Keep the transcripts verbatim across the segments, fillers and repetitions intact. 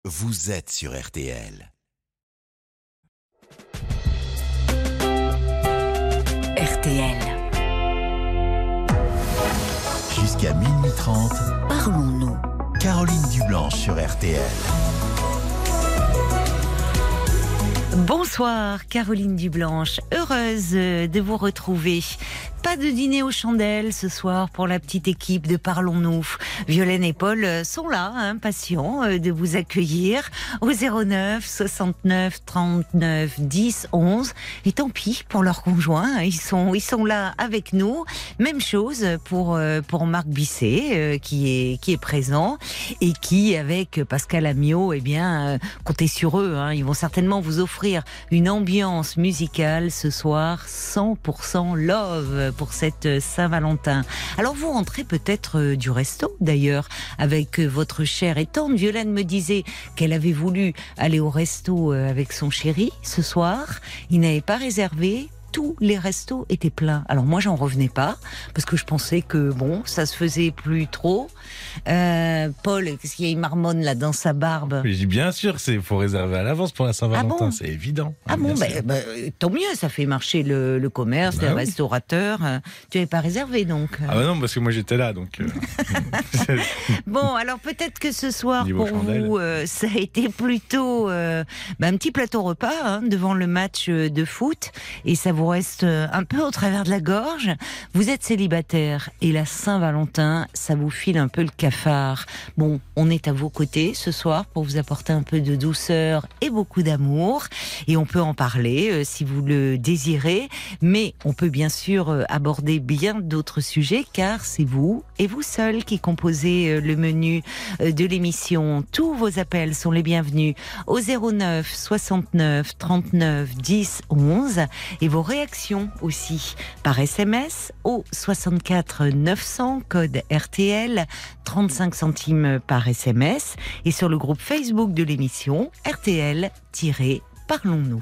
vous êtes sur R T L. R T L. Jusqu'à minuit trente, Parlons-nous. Caroline Dublanche sur R T L. Bonsoir Caroline Dublanche, heureuse de vous retrouver. Pas de dîner aux chandelles ce soir pour la petite équipe de Parlons-nous. Violaine et Paul sont là, impatients de vous accueillir au zéro neuf soixante-neuf trente-neuf dix onze. Et tant pis pour leurs conjoints, ils sont, ils sont là avec nous. Même chose pour, pour Marc Bisset qui est, qui est présent et qui, avec Pascal Amiot, eh bien, comptez sur eux. Hein, ils vont certainement vous offrir une ambiance musicale ce soir, cent pour cent love pour cette Saint-Valentin. Alors vous rentrez peut-être du resto d'ailleurs avec votre chère et tendre. Violaine me disait qu'elle avait voulu aller au resto avec son chéri ce soir. Il n'avait pas réservé. Tous les restos étaient pleins. Alors moi, j'en revenais pas parce que je pensais que bon, ça se faisait plus trop. Euh, Paul, qu'est-ce qu'il y a, il marmonne là dans sa barbe? Mais je dis bien sûr, il faut réserver à l'avance pour la Saint-Valentin, ah bon, c'est évident. Ah bon, bah, bah, tant mieux, ça fait marcher le, le commerce, bah les oui. restaurateurs. Tu n'avais pas réservé donc? Ah bah non, parce que moi j'étais là donc. Euh... bon, alors peut-être que ce soir Niveau pour chandelle. vous, euh, ça a été plutôt euh, bah, un petit plateau repas hein, devant le match de foot et ça vous reste un peu au travers de la gorge. Vous êtes célibataire et la Saint-Valentin, ça vous file un peu le cafard. Bon, on est à vos côtés ce soir pour vous apporter un peu de douceur et beaucoup d'amour. Et on peut en parler euh, si vous le désirez. Mais on peut bien sûr euh, aborder bien d'autres sujets car c'est vous et vous seul qui composez euh, le menu euh, de l'émission. Tous vos appels sont les bienvenus au zéro neuf soixante-neuf trente-neuf dix onze et vos réactions aussi par S M S au soixante-quatre neuf cents code R T L, trente-cinq centimes par S M S et sur le groupe Facebook de l'émission R T L-Parlons-nous.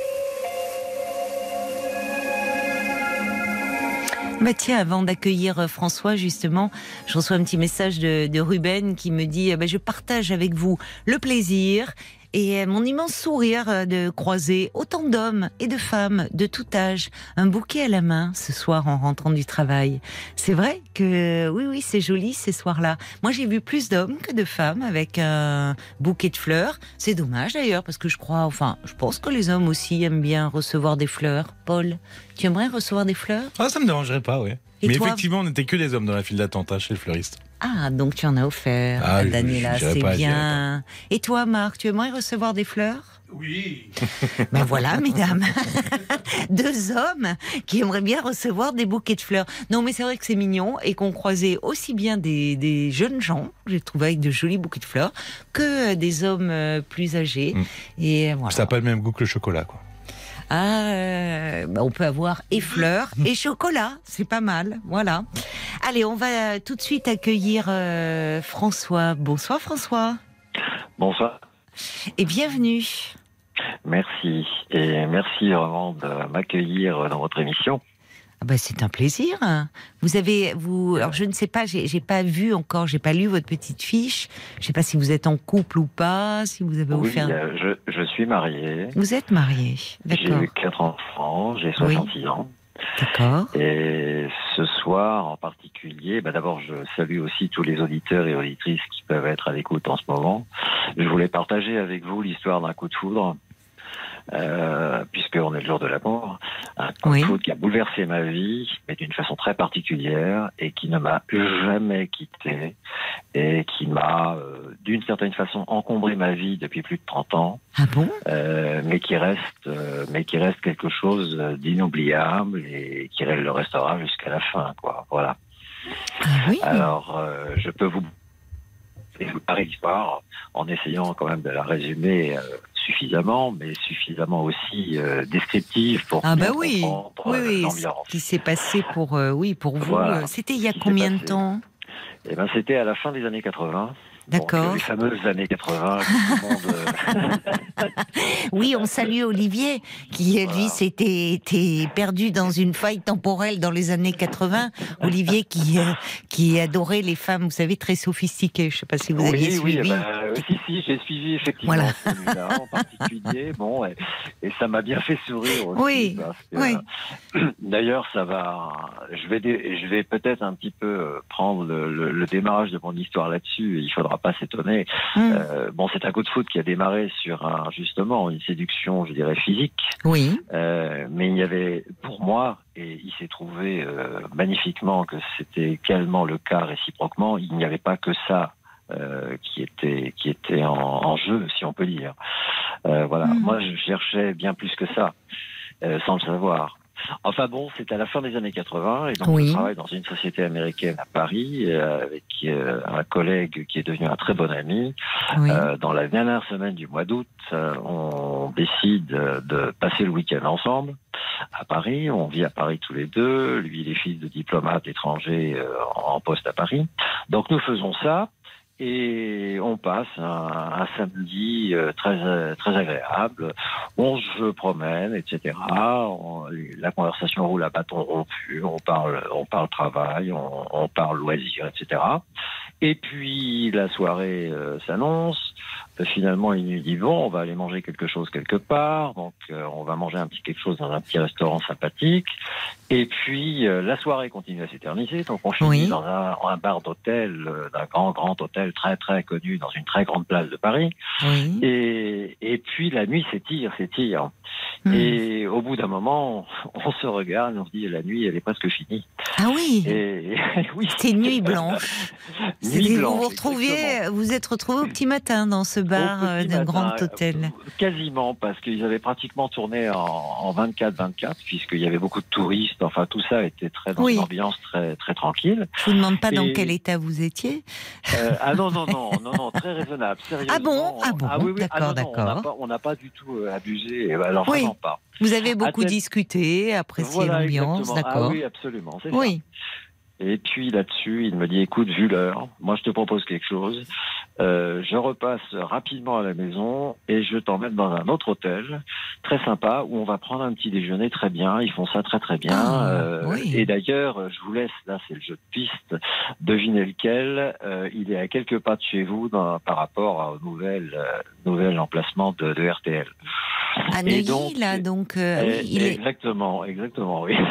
Bah tiens, avant d'accueillir François, justement, je reçois un petit message de, de Ruben qui me dit bah, « Je partage avec vous le plaisir ». Et mon immense sourire de croiser autant d'hommes et de femmes de tout âge, un bouquet à la main ce soir en rentrant du travail. C'est vrai que oui, oui, c'est joli ces soirs-là. Moi, j'ai vu plus d'hommes que de femmes avec un bouquet de fleurs. C'est dommage d'ailleurs parce que je crois, enfin, je pense que les hommes aussi aiment bien recevoir des fleurs. Paul, tu aimerais recevoir des fleurs? Ah, ça me dérangerait pas, oui. Et mais toi? effectivement, on n'était que des hommes dans la file d'attente hein, chez le fleuriste. Ah, donc tu en as offert, ah, Daniela, je, je, je c'est pas, bien. Et toi, Marc, tu aimerais recevoir des fleurs? Oui. Ben voilà, mesdames, deux hommes qui aimeraient bien recevoir des bouquets de fleurs. Non, mais c'est vrai que c'est mignon et qu'on croisait aussi bien des, des jeunes gens, j'ai trouvé avec de jolis bouquets de fleurs, que des hommes plus âgés. Mmh. Et voilà. Ça n'a pas le même goût que le chocolat, quoi. Ah, euh, bah on peut avoir et fleurs et chocolat, c'est pas mal, voilà. Allez, on va tout de suite accueillir euh, François. Bonsoir François. Bonsoir. Et bienvenue. Merci, et merci vraiment de m'accueillir dans votre émission. Ah bah c'est un plaisir. Vous avez, vous, alors je ne sais pas, j'ai, j'ai pas vu encore, j'ai pas lu votre petite fiche. Je sais pas si vous êtes en couple ou pas, si vous avez oui, offert. Euh, je, je suis marié. Vous êtes marié, d'accord. J'ai eu quatre enfants, j'ai soixante-six oui. ans. D'accord. Et ce soir en particulier, bah d'abord je salue aussi tous les auditeurs et auditrices qui peuvent être à l'écoute en ce moment. Je voulais partager avec vous l'histoire d'un coup de foudre. Euh, puisqu'on est le jour de l'amour, un coup oui. de foudre qui a bouleversé ma vie, mais d'une façon très particulière, et qui ne m'a jamais quitté, et qui m'a, euh, d'une certaine façon, encombré ma vie depuis plus de trente ans. Ah bon euh, mais qui reste, euh, mais qui reste quelque chose d'inoubliable, et qui le restera jusqu'à la fin, quoi. Voilà. Ah oui. Alors, euh, je peux vous parler l'histoire en essayant quand même de la résumer euh, suffisamment, mais suffisamment aussi euh, descriptive pour ah bah oui, comprendre oui, euh, oui, l'ambiance. Ce qui s'est passé pour, euh, oui, pour vous. Voilà. C'était il y a combien de temps? Eh ben, c'était à la fin des années quatre-vingts. D'accord. Donc, les fameuses années quatre-vingts. Tout le monde, euh... Oui, on salue Olivier, qui lui Voilà. s'était était perdu dans une faille temporelle dans les années quatre-vingts. Olivier qui, euh, qui adorait les femmes, vous savez, très sophistiquées. Je ne sais pas si vous oui, aviez oui, suivi. bah, euh, si, si, j'ai suivi effectivement Voilà. celui-là en particulier. Bon, et, et ça m'a bien fait sourire aussi. Oui, Parce que, oui. euh, d'ailleurs, ça va. Je vais, dé... je vais peut-être un petit peu euh, prendre le, le, le démarrage de mon histoire là-dessus. Il faudra pas s'étonner. Mmh. Euh, bon, c'est un coup de foot qui a démarré sur un, justement une séduction, je dirais, physique. Oui. Euh, mais il y avait, pour moi, et il s'est trouvé euh, magnifiquement que c'était également le cas réciproquement, il n'y avait pas que ça euh, qui était, qui était en, en jeu, si on peut dire. Euh, voilà. Mmh. Moi, je cherchais bien plus que ça, euh, sans le savoir. Enfin bon, c'est à la fin des années quatre-vingts, et donc oui. je travaille dans une société américaine à Paris, euh, avec euh, un collègue qui est devenu un très bon ami. Oui. Euh, dans la dernière semaine du mois d'août, euh, on décide de passer le week-end ensemble à Paris. On vit à Paris tous les deux. Lui, il est fils de diplomate étranger euh, en poste à Paris. Donc nous faisons ça. Et on passe un, un samedi euh, très très agréable. On se promène, et cetera. On, la conversation roule à bâton rompu. On parle, on parle travail, on, on parle loisirs, et cetera. Et puis la soirée euh, s'annonce. Euh, finalement, il nous dit bon, on va aller manger quelque chose quelque part. Donc, euh, on va manger un petit quelque chose dans un petit restaurant sympathique. Et puis euh, la soirée continue à s'éterniser. Donc, on finit oui. dans un, un bar d'hôtel, euh, d'un grand grand hôtel très très connu dans une très grande place de Paris. Oui. Et et puis la nuit s'étire, s'étire. Mmh. Et au bout d'un moment, on se regarde, on se dit la nuit, elle est presque finie. Ah oui. Et, oui. C'était nuit blanche. Nuit blanche. Vous vous retrouviez, vous êtes retrouvé au petit matin dans ce bar d'un grand hôtel. Quasiment, parce qu'ils avaient pratiquement tourné en, en vingt-quatre vingt-quatre, puisqu'il y avait beaucoup de touristes. Enfin, tout ça était très dans oui. une ambiance très très tranquille. Je vous demande pas Et... dans quel état vous étiez. Euh, ah non non non non non très raisonnable. Sérieusement. Ah bon ah bon. Ah oui, oui. D'accord ah non, non, d'accord. On n'a pas, pas du tout euh, abusé. Alors oui. vraiment pas. Vous avez beaucoup tel... discuté, apprécié voilà, l'ambiance, d'accord. Ah oui, absolument, c'est oui. ça. Et puis là-dessus, il me dit, écoute, vu l'heure, moi je te propose quelque chose. Euh, je repasse rapidement à la maison et je t'emmène dans un autre hôtel, très sympa, où on va prendre un petit déjeuner très bien. Ils font ça très très bien. Ah, euh, oui. Et d'ailleurs, je vous laisse, là c'est le jeu de piste, devinez lequel. Euh, il est à quelques pas de chez vous dans, par rapport au nouvel, euh, nouvel emplacement de, de R T L. À Neuilly, donc, là, donc... Euh, et, oui, il exactement, est... exactement, oui.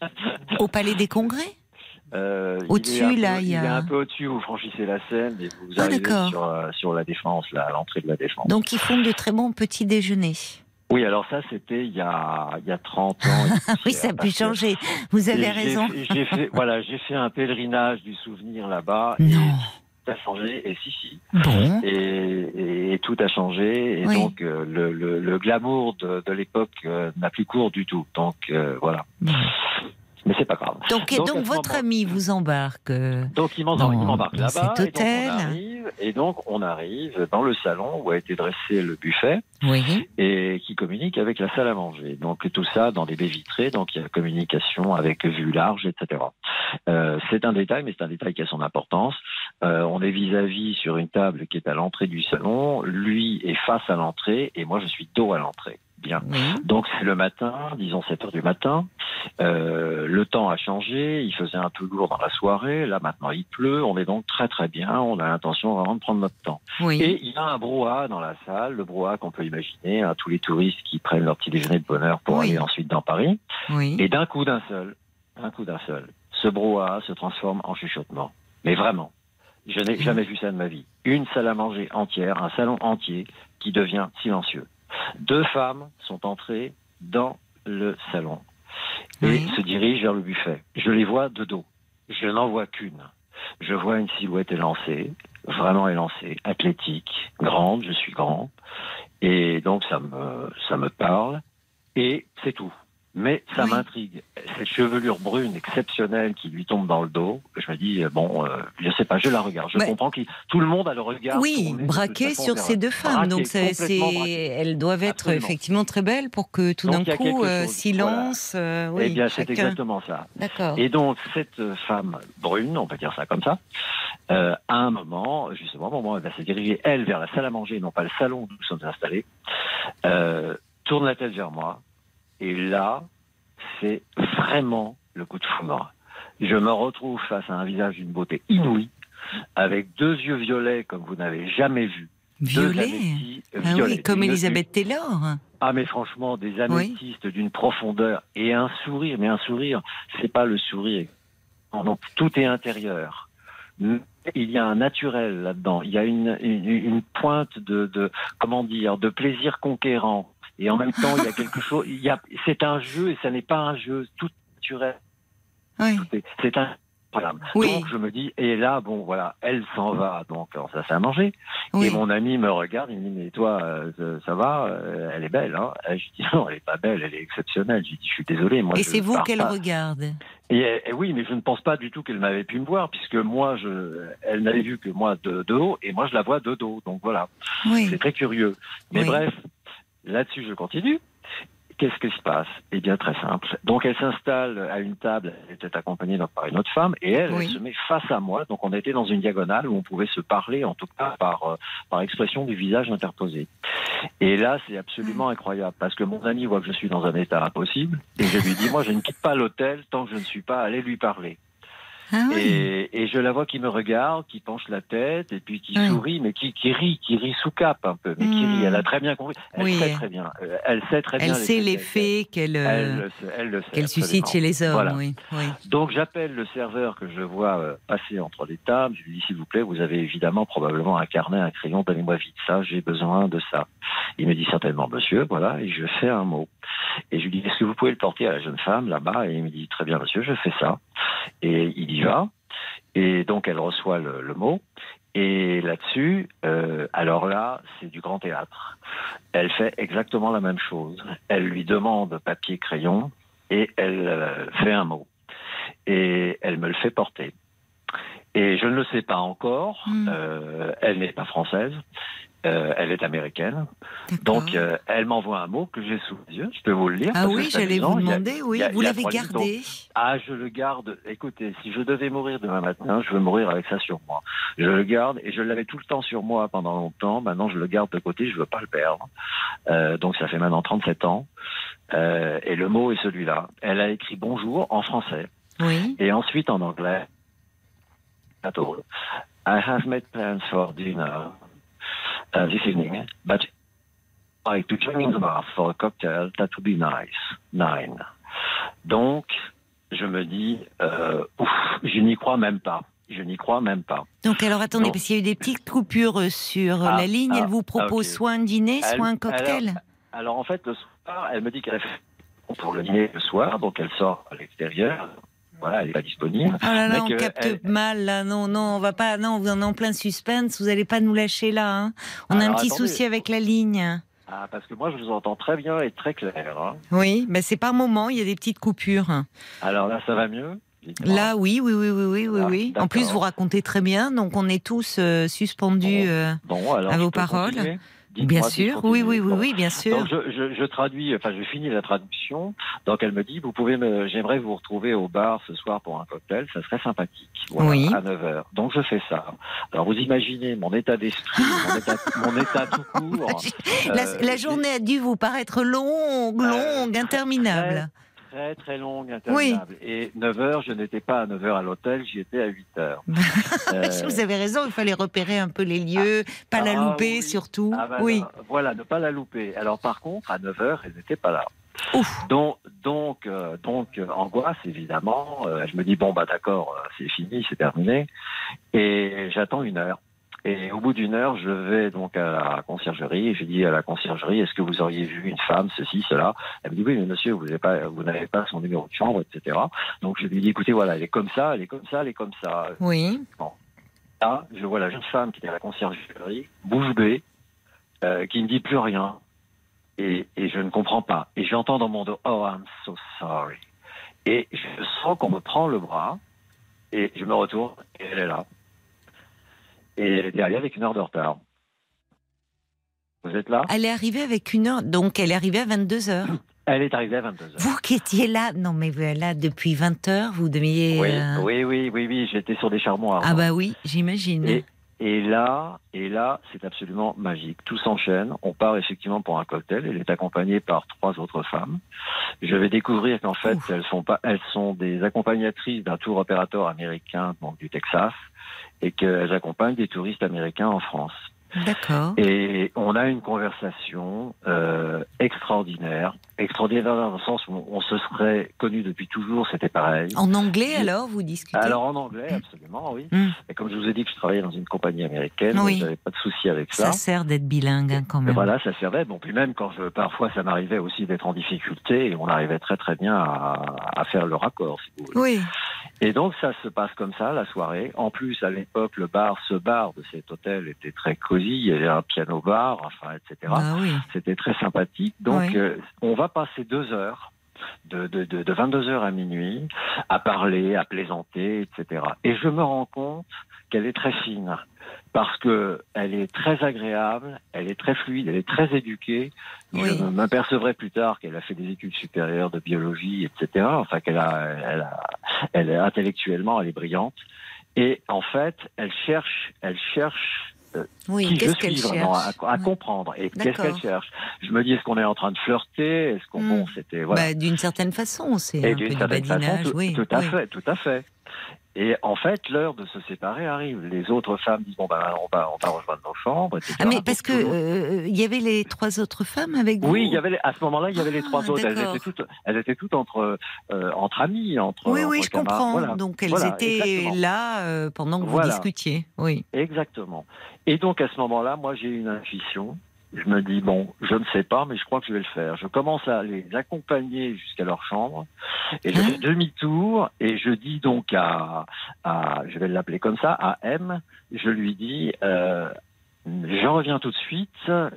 Au Palais des Congrès euh, Au-dessus, là, peu, il y a... Il est un peu au-dessus, vous franchissez la Seine et vous ah, arrivez sur, euh, sur la Défense, là, à l'entrée de la Défense. Donc, ils font de très bons petits déjeuners. Oui, alors ça, c'était il y a, il y a trente ans. Oui, ça a pu changer. Vous avez et raison. J'ai, j'ai fait, voilà, j'ai fait un pèlerinage du souvenir là-bas. Non. Et tout a changé, et si, si. Bon. Et, et, et tout a changé, et oui. donc euh, le, le, le glamour de, de l'époque euh, n'a plus cours du tout. Donc euh, voilà. Bon. Mais c'est pas grave. Donc, donc, donc votre moment, ami vous embarque. Donc il m'embarque là-bas. Cet hôtel. Et donc, on arrive, et donc on arrive dans le salon où a été dressé le buffet. Oui. Et qui communique avec la salle à manger. Donc tout ça dans des baies vitrées. Donc il y a communication avec vue large, et cetera. Euh, c'est un détail, mais c'est un détail qui a son importance. Euh, on est vis-à-vis sur une table qui est à l'entrée du salon. Lui est face à l'entrée et moi je suis dos à l'entrée. Bien. Oui. Donc c'est le matin, disons sept heures du matin. Euh, le temps a changé, il faisait un peu lourd dans la soirée. Là maintenant il pleut, on est donc très très bien. On a l'intention vraiment de prendre notre temps. Oui. Et il y a un brouhaha dans la salle, le brouhaha qu'on peut imaginer, hein, tous les touristes qui prennent leur petit déjeuner de bonne heure pour oui. aller ensuite dans Paris. Oui. Et d'un coup d'un seul, d'un coup d'un seul, ce brouhaha se transforme en chuchotement. Mais vraiment, je n'ai jamais vu ça de ma vie. Une salle à manger entière, un salon entier qui devient silencieux. Deux femmes sont entrées dans le salon et oui. se dirigent vers le buffet. Je les vois de dos. Je n'en vois qu'une. Je vois une silhouette élancée, vraiment élancée, athlétique, grande, je suis grand. Et donc ça me, ça me parle. Et c'est tout. Mais ça Oui. m'intrigue. Cette chevelure brune exceptionnelle qui lui tombe dans le dos, je me dis, bon, euh, je sais pas, je la regarde. Je Mais- comprends que tout le monde a le regard Oui, tourné de braqué toute façon sur vers ces elle. deux femmes. Braqué, Donc, c'est, complètement c'est- braqué. elles doivent être Absolument. effectivement très belles pour que tout Donc, d'un il y a coup, quelque euh, chose. silence. euh, oui, eh bien, c'est chacun. exactement ça. D'accord. Et donc, cette femme brune, on peut dire ça comme ça, euh, à un moment, justement, au moment où elle va se diriger, elle, vers la salle à manger, non pas le salon où nous sommes installés, euh, tourne la tête vers moi. Et là, c'est vraiment le coup de foudre. Je me retrouve face à un visage d'une beauté inouïe, avec deux yeux violets comme vous n'avez jamais vu. Deux Violet. améthystes Ah violets. oui, comme Une- Elisabeth Taylor. Ah mais franchement, des améthystes d'une profondeur et un sourire. Mais un sourire, c'est pas le sourire. Non, donc tout est intérieur. Il y a un naturel là-dedans. Il y a une, une, une pointe de, de comment dire, de plaisir conquérant. Et en même temps, il y a quelque chose. Il y a, c'est un jeu et ça n'est pas un jeu. Tout est naturel. Oui. Tout est- c'est un. Voilà. Oui. Donc je me dis, et là, bon voilà, elle s'en va, donc alors, ça c'est à manger. Oui. Et mon ami me regarde, il me dit, mais toi, euh, ça va, euh, elle est belle, hein. Et je dis, non, elle est pas belle, elle est exceptionnelle. Je dis, je suis désolé, moi. Et je c'est vous pars qu'elle pas. regarde. Et, et oui, mais je ne pense pas du tout qu'elle m'avait pu me voir, puisque moi, je, elle n'avait vu que moi de, de haut, et moi je la vois de dos. Donc voilà, Oui. c'est très curieux. Mais Oui. bref, là-dessus, je continue. Qu'est-ce qui se passe? Eh bien, très simple. Donc, elle s'installe à une table, elle était accompagnée donc par une autre femme, et elle, Oui. elle se met face à moi. Donc, on était dans une diagonale où on pouvait se parler, en tout cas par, euh, par expression du visage interposé. Et là, c'est absolument incroyable, parce que mon ami voit que je suis dans un état impossible, et je lui dis, moi, je ne quitte pas l'hôtel tant que je ne suis pas allé lui parler. Ah oui. Et, et je la vois qui me regarde, qui penche la tête, et puis qui Oui. sourit, mais qui, qui rit, qui rit sous cap un peu, mais qui Hmm. rit. Elle a très bien compris. Elle Oui. sait très bien. Euh, Elle sait très bien. Elle sait l'effet l'effet qu'elle, qu'elle- euh, Elle le sait, elle le sait, qu'elle suscite absolument. chez les hommes. Voilà. Oui. Oui. Donc j'appelle le serveur que je vois euh, passer entre les tables. Je lui dis, s'il vous plaît, vous avez évidemment probablement un carnet, un crayon, donnez-moi vite ça, j'ai besoin de ça. Il me dit certainement, monsieur, voilà, et je fais un mot. Et je lui dis, est-ce que vous pouvez le porter à la jeune femme là-bas? Et il me dit, très bien, monsieur, je fais ça. Et il y va. Et donc elle reçoit le, le mot. Et là-dessus, euh, alors là, c'est du grand théâtre. Elle fait exactement la même chose. Elle lui demande papier, crayon, et elle euh, fait un mot. Et elle me le fait porter. Et je ne le sais pas encore. Mm. Euh, elle n'est pas française. Euh, elle est américaine. D'accord. Donc, euh, elle m'envoie un mot que j'ai sous les yeux. Je peux vous le lire. Ah parce que oui, c'est j'allais amusant. vous Il y a- demander. Oui, il y a- vous il y a l'avez trois lignes. Donc, gardé. ah, je le garde. Écoutez, si je devais mourir demain matin, je veux mourir avec ça sur moi. Je le garde et je l'avais tout le temps sur moi pendant longtemps. Maintenant, je le garde de côté. Je veux pas le perdre. Euh, donc, ça fait maintenant trente-sept ans. Euh, et le mot est celui-là. Elle a écrit bonjour en français Oui. et ensuite en anglais. At all. I have made plans for dinner uh, this evening, but I'd like to join in the bar for a cocktail. That would be nice. Nine. Donc, je me dis, euh, ouf, je n'y crois même pas. Je n'y crois même pas. Donc alors attendez, Non. parce qu'il y a eu des petites coupures euh, sur Ah, la ligne. ah, Elle vous propose ah, ok. soit un dîner, Elle- soit un cocktail. Alors, alors, en fait, le soir, elle me dit qu'elle a fait pour le dîner le soir, donc elle sort à l'extérieur. Voilà, elle n'est pas disponible. Oh là là, Mais on que capte elle- mal là. Non, non, on va pas. Non, vous en êtes en plein suspense. Vous allez pas nous lâcher là. Hein. On a un Alors, petit attendez. souci avec la ligne. Ah, parce que moi, je vous entends très bien et très clair. Hein. Oui, mais c'est par moment. Il y a des petites coupures. Alors là, ça va mieux? Dites-moi. Là, oui, oui, oui, oui, oui, oui, Ah, oui. En d'accord. plus, vous racontez très bien. Donc, on est tous euh, suspendus. Bon. euh, Bon, alors, à je vos peux paroles. continuer? Bien Dites-moi si je sûr. Oui, continue. oui, oui, Bon. oui, bien sûr. Donc je, je, je traduis, enfin je finis la traduction. Donc elle me dit, vous pouvez me, j'aimerais vous retrouver au bar ce soir pour un cocktail, ça serait sympathique. Voilà, Oui. à neuf heures. Donc je fais ça. Alors vous imaginez mon état d'esprit, mon état, mon état tout court. La, Euh, la journée a dû vous paraître longue, longue, Euh, interminable. Très très longue, interminable. Et neuf heures, je n'étais pas à neuf heures à l'hôtel, j'y étais à huit heures. Euh, Vous avez raison, il fallait repérer un peu les lieux, pas la ah, louper oui. surtout. Ah bah oui. non, voilà, ne pas la louper. Alors par contre, à neuf heures, elle n'était pas là. Ouf. Donc, donc, euh, donc euh, angoisse évidemment. Euh, je me dis bon bah d'accord, euh, c'est fini, c'est terminé. Et j'attends une heure. Et au bout d'une heure, je vais donc à la conciergerie et je dis à la conciergerie, est-ce que vous auriez vu une femme, ceci, cela? Elle me dit oui, mais monsieur, vous n'avez pas, vous n'avez pas son numéro de chambre, et cetera. Donc je lui dis écoutez, voilà, elle est comme ça, elle est comme ça, elle est comme ça. Oui. Là, je vois la jeune femme qui était à la conciergerie, bouche bée, euh, qui ne dit plus rien. et, et je ne comprends pas. Et j'entends dans mon dos, oh, I'm so sorry. Et je sens qu'on me prend le bras, et je me retourne, et elle est là. Et elle est arrivée avec une heure de retard. Vous êtes là? Elle est arrivée avec une heure, donc elle est arrivée à vingt-deux heures. Elle est arrivée à vingt-deux heures. Vous qui étiez là, non mais là depuis vingt heures, vous deviez... Oui, euh... oui, oui, oui, oui, j'étais sur des charmoires. Ah bah oui, j'imagine. Et, et là, et là, c'est absolument magique. Tout s'enchaîne. On part effectivement pour un cocktail. Elle est accompagnée par trois autres femmes. Je vais découvrir qu'en fait, Ouf. elles sont pas, elles sont des accompagnatrices d'un tour opérateur américain, donc du Texas, et qu'elles accompagnent des touristes américains en France. D'accord. Et on a une conversation euh, extraordinaire, extraordinaire dans le sens où on se serait connus depuis toujours, c'était pareil. En anglais alors, vous discutez? Alors en anglais, absolument, oui. Mm. Et comme je vous ai dit que je travaillais dans une compagnie américaine, oui. j'avais pas de souci avec ça. Ça sert d'être bilingue hein, quand même. Et voilà, ça servait. Bon, puis même quand je, parfois ça m'arrivait aussi d'être en difficulté, et on arrivait très très bien à, à faire le raccord, si vous voulez. Oui. Et donc ça se passe comme ça, la soirée. En plus, à l'époque, le bar, ce bar de cet hôtel était très cosy. Il y avait un piano-bar, enfin, et cetera. Ah oui. C'était très sympathique. Donc, Oui. euh, on va passer deux heures, de, de, de, de vingt-deux heures à minuit, à parler, à plaisanter, et cetera. Et je me rends compte qu'elle est très fine, parce que elle est très agréable, elle est très fluide, elle est très éduquée. Oui. Je m'apercevrai plus tard qu'elle a fait des études supérieures de biologie, et cetera. Enfin, qu'elle a, elle a, elle est intellectuellement, elle est brillante. Et en fait, elle cherche, elle cherche. Euh, oui, qui qu'est-ce je suis qu'elle vraiment cherche à, à oui. comprendre et D'accord. qu'est-ce qu'elle cherche. Je me dis, est-ce qu'on est en train de flirter? Est-ce qu'on mm. bon, c'était voilà. Bah, d'une certaine façon, c'est Et un peu d'une du certaine badinage, façon, tout, oui. tout à oui. fait, tout à fait. Et en fait, l'heure de se séparer arrive. Les autres femmes disent bon ben on va on va rejoindre nos chambres, et cetera. Ah mais parce que il euh, y avait les trois autres femmes avec vous. Oui, il y avait les, à ce moment-là il y avait ah, les trois autres. Elles étaient toutes elles étaient toutes entre euh, entre amies, entre. Oui oui, entre je comprends. Voilà. Donc elles voilà, étaient exactement. là euh, pendant que voilà. vous discutiez. Oui. Exactement. Et donc à ce moment-là, moi j'ai une intuition. Je me dis, bon, je ne sais pas, mais je crois que je vais le faire. Je commence à les accompagner jusqu'à leur chambre et je hein? fais demi-tour et je dis donc à, à je vais l'appeler comme ça, à M, je lui dis, euh, je reviens tout de suite,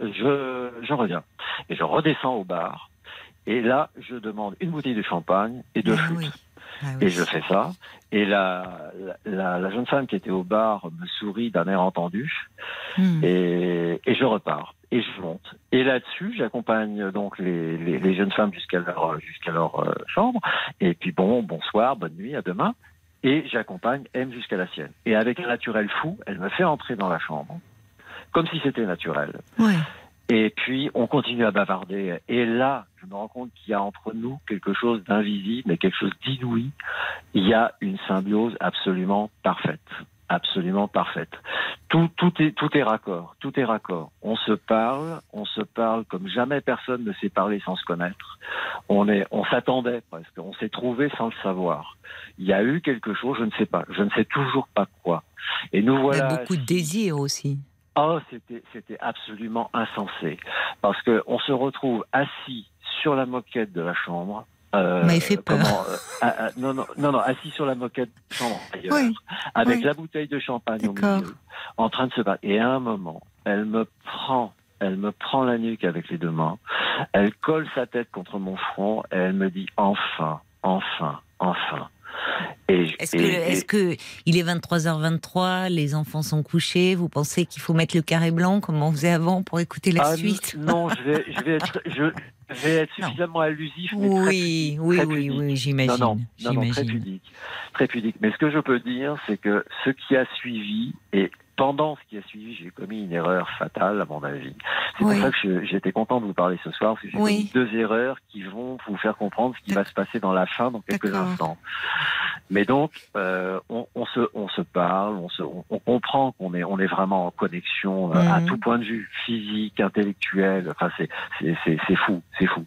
je, je reviens. Et je redescends au bar et là, je demande une bouteille de champagne et deux ah, flûtes. oui. Ah, oui. Et je fais ça. Et la, la, la jeune femme qui était au bar me sourit d'un air entendu. Hmm. Et, et je repars. Et je monte. Et là-dessus, j'accompagne donc les, les, les jeunes femmes jusqu'à leur, jusqu'à leur euh, chambre. Et puis bon, bonsoir, bonne nuit, à demain. Et j'accompagne M jusqu'à la sienne. Et avec un naturel fou, elle me fait entrer dans la chambre. Comme si c'était naturel. Ouais. Et puis, on continue à bavarder. Et là, je me rends compte qu'il y a entre nous quelque chose d'invisible, mais quelque chose d'inouï. Il y a une symbiose absolument parfaite. Absolument parfaite. Tout, tout est, tout est raccord. Tout est raccord. On se parle, on se parle comme jamais personne ne s'est parlé sans se connaître. On est, on s'attendait presque. On s'est trouvé sans le savoir. Il y a eu quelque chose, je ne sais pas. Je ne sais toujours pas quoi. Et nous voilà. Il y a beaucoup de désir aussi. Oh, c'était, c'était absolument insensé. Parce que on se retrouve assis sur la moquette de la chambre. Euh, Mais il fait peur. Comment, euh, ah, ah, non, non, non, non, assis sur la moquette de la chambre ailleurs, oui. avec oui. la bouteille de champagne D'accord. au milieu, en train de se battre. Et à un moment, elle me prend, elle me prend la nuque avec les deux mains, elle colle sa tête contre mon front et elle me dit enfin, enfin, enfin. Et, est-ce, et, que, et, est-ce que il est vingt-trois heures vingt-trois, les enfants sont couchés, vous pensez qu'il faut mettre le carré blanc comme on faisait avant pour écouter la ah, suite? Non, je vais, je vais être, je, je vais être suffisamment non. allusif. Mais oui, très pudique, oui, très oui, pudique. oui, j'imagine. Non, non, j'imagine. non, non, très pudique, très pudique. Mais ce que je peux dire, c'est que ce qui a suivi et pendant ce qui a suivi, j'ai commis une erreur fatale à mon avis. C'est oui. pour ça que je, j'étais content de vous parler ce soir, parce que j'ai oui. commis deux erreurs qui vont vous faire comprendre ce qui D'accord. va se passer dans la fin dans quelques D'accord. instants. Mais donc, euh, on, on, se, on se parle, on, se, on, on comprend qu'on est, on est vraiment en connexion euh, mmh. à tout point de vue, physique, intellectuel. Enfin, c'est, c'est, c'est, c'est fou, c'est fou.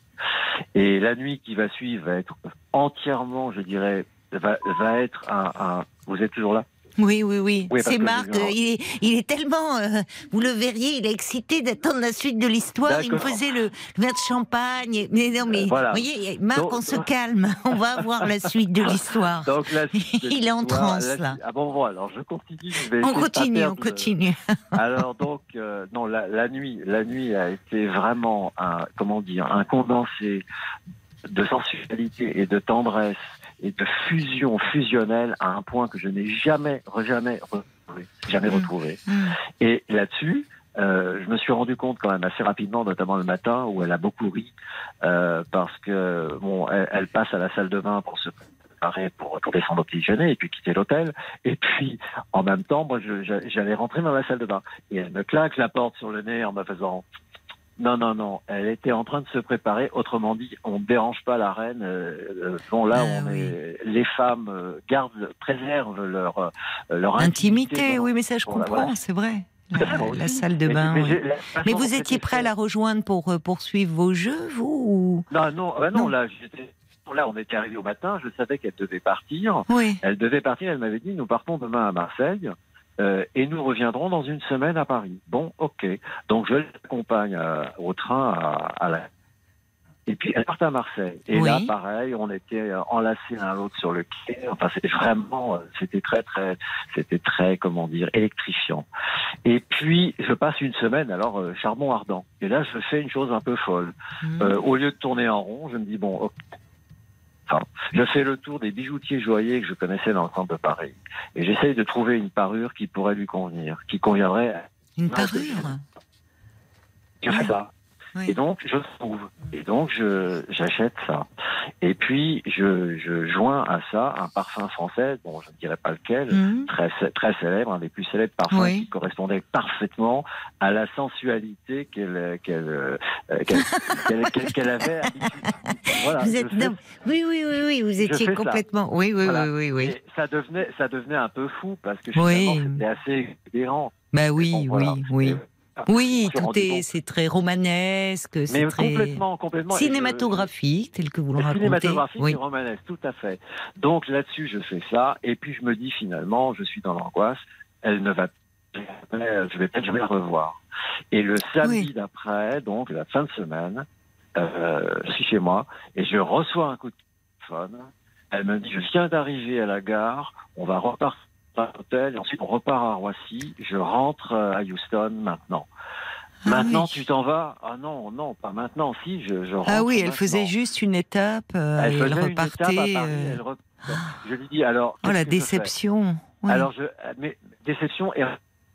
Et la nuit qui va suivre va être entièrement, je dirais, va, va être un, un... Vous êtes toujours là ? Oui, oui, oui. Oui, c'est Marc, euh, il, est, il est tellement, euh, vous le verriez, il est excité d'attendre la suite de l'histoire. D'accord. Il me faisait le, le verre de champagne. Et, mais non, mais, euh, voilà. Vous voyez, Marc, donc, on se calme. On va avoir la suite de l'histoire. Donc, la suite de il est en transe, là. Ah bon, bon, alors, je continue. Je vais on continue, on continue. Alors, donc, euh, non, la, la nuit, la nuit a été vraiment un, comment dire, un condensé de sensualité et de tendresse et de fusion fusionnelle à un point que je n'ai jamais, jamais retrouvé. Jamais mmh. retrouvé. Mmh. Et là-dessus, euh, je me suis rendu compte quand même assez rapidement, notamment le matin, où elle a beaucoup ri, euh, parce que bon, elle, elle passe à la salle de bain pour se préparer pour, pour descendre au petit déjeuner et puis quitter l'hôtel. Et puis, en même temps, moi, je, j'allais rentrer dans la salle de bain. Et elle me claque la porte sur le nez en me faisant... Non, non, non. Elle était en train de se préparer. Autrement dit, on ne dérange pas la reine. Euh, bon, là, ah, on oui. est, les femmes euh, gardent, préservent leur, euh, leur intimité. Intimité, oui, mais ça, je comprends, voilà. C'est vrai. La, la salle de bain. Mais, mais, oui. la mais vous étiez prêt à la rejoindre pour euh, poursuivre vos jeux, vous ou... Non, non, bah non, non. Là, j'étais... Là, on était arrivé au matin. Je savais qu'elle devait partir. Oui. Elle devait partir. Elle m'avait dit, nous partons demain à Marseille. Euh, et nous reviendrons dans une semaine à Paris. Bon, ok. Donc je l'accompagne euh, au train à, à la... Et puis elle part à Marseille. Et oui. là, pareil, on était enlacés l'un à l'autre sur le quai. Enfin, c'était vraiment, c'était très, très, c'était très, comment dire, électrifiant. Et puis je passe une semaine, alors euh, charbon ardent. Et là, je fais une chose un peu folle. Mmh. Euh, au lieu de tourner en rond, je me dis bon. Ok. Enfin, je fais le tour des bijoutiers joailliers que je connaissais dans le centre de Paris. Et j'essaye de trouver une parure qui pourrait lui convenir, qui conviendrait à... Une parure Je fais ça. Oui. Et donc, je trouve. Et donc, je, j'achète ça. Et puis, je, je joins à ça un parfum français, bon, je ne dirais pas lequel, mmh. très, très célèbre, un des plus célèbres parfums oui. qui correspondait parfaitement à la sensualité qu'elle, qu'elle, euh, qu'elle, qu'elle, qu'elle, qu'elle avait. Voilà, vous êtes... non. Oui, oui, oui, oui, vous étiez complètement... Ça. Oui, oui, voilà. oui, oui, oui. Et ça devenait, ça devenait un peu fou, parce que finalement, oui. c'était assez exubérant. Bah oui, bon, voilà. oui, oui. Et, Oui, tout est, c'est très romanesque, c'est mais très complètement, complètement. cinématographique, tel que vous le racontez. Cinématographique oui. et romanesque, tout à fait. Donc là-dessus, je fais ça, et puis je me dis finalement, je suis dans l'angoisse, elle ne va, je vais peut-être jamais la revoir. Et le samedi oui. d'après, donc la fin de semaine, euh, je suis chez moi et je reçois un coup de téléphone. Elle me dit, je viens d'arriver à la gare, on va repartir à l'hôtel, et ensuite on repart à Roissy, je rentre à Houston maintenant. Ah maintenant oui. tu t'en vas? Ah non, non, pas maintenant, si, je, je rentre. Ah oui, elle maintenant. faisait juste une étape, euh, elle, et elle repartait. Une étape à Paris, euh... elle rep... Je lui dis alors... Oh la déception oui. Alors, je... mais déception et...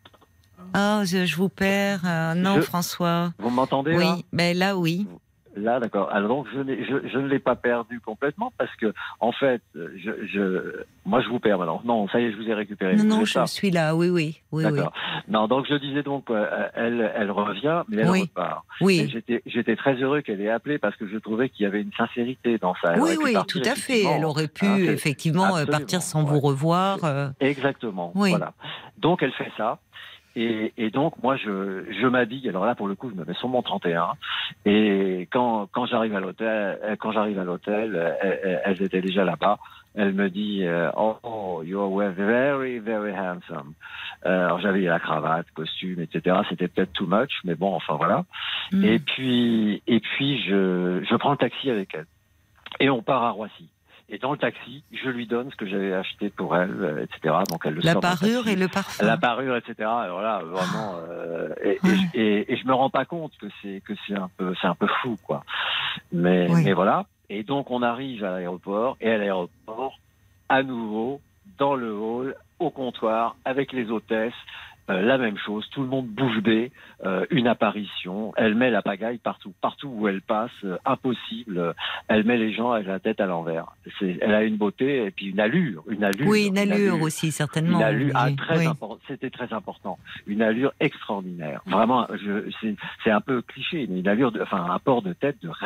Oh, je, je vous perds. Euh, non, je... François. Vous m'entendez? Oui, là mais là, oui. Là, d'accord. Alors donc, je, je, je ne l'ai pas perdu complètement parce que, en fait, je, je, moi, je vous perds maintenant. Non, ça y est, je vous ai récupéré. Non, non, je ça. suis là. Oui, oui, oui. D'accord. Oui. Non, donc je disais donc, euh, elle, elle revient, mais elle oui. repart. Oui. Et j'étais, j'étais très heureux qu'elle ait appelé parce que je trouvais qu'il y avait une sincérité dans ça. Elle oui, oui, tout à fait. Elle aurait pu hein, effectivement absolument. partir sans ouais. vous revoir. Euh... Exactement. Oui. Voilà. Donc elle fait ça. Et, et donc moi je, je m'habille. Alors là pour le coup je me mets sur mon trente et un. Et quand quand j'arrive à l'hôtel, quand j'arrive à l'hôtel, elles, elles étaient déjà là-bas. Elle me dit oh you were very very handsome. Euh, alors j'avais la cravate, costume, et cetera. C'était peut-être too much, mais bon enfin voilà. Mm. Et puis et puis je je prends le taxi avec elle et on part à Roissy. Et dans le taxi, je lui donne ce que j'avais acheté pour elle, et cetera. Donc elle le La parure et le parfum. La parure, et cetera. Alors là, vraiment, euh, et, ouais. et, et, et je me rends pas compte que c'est que c'est un peu, c'est un peu fou, quoi. Mais, oui. mais voilà. Et donc on arrive à l'aéroport, et à l'aéroport, à nouveau, dans le hall, au comptoir, avec les hôtesses. Euh, la même chose, tout le monde bouge bée, euh, une apparition, elle met la pagaille partout, partout où elle passe, euh, impossible, euh, elle met les gens avec la tête à l'envers. C'est, elle a une beauté et puis une allure, une allure. Oui, une allure, une allure aussi, certainement. Une allure, ah, très oui. important, c'était très important, une allure extraordinaire. Vraiment, je, c'est, c'est un peu cliché, mais une allure, de, enfin un port de tête de reine.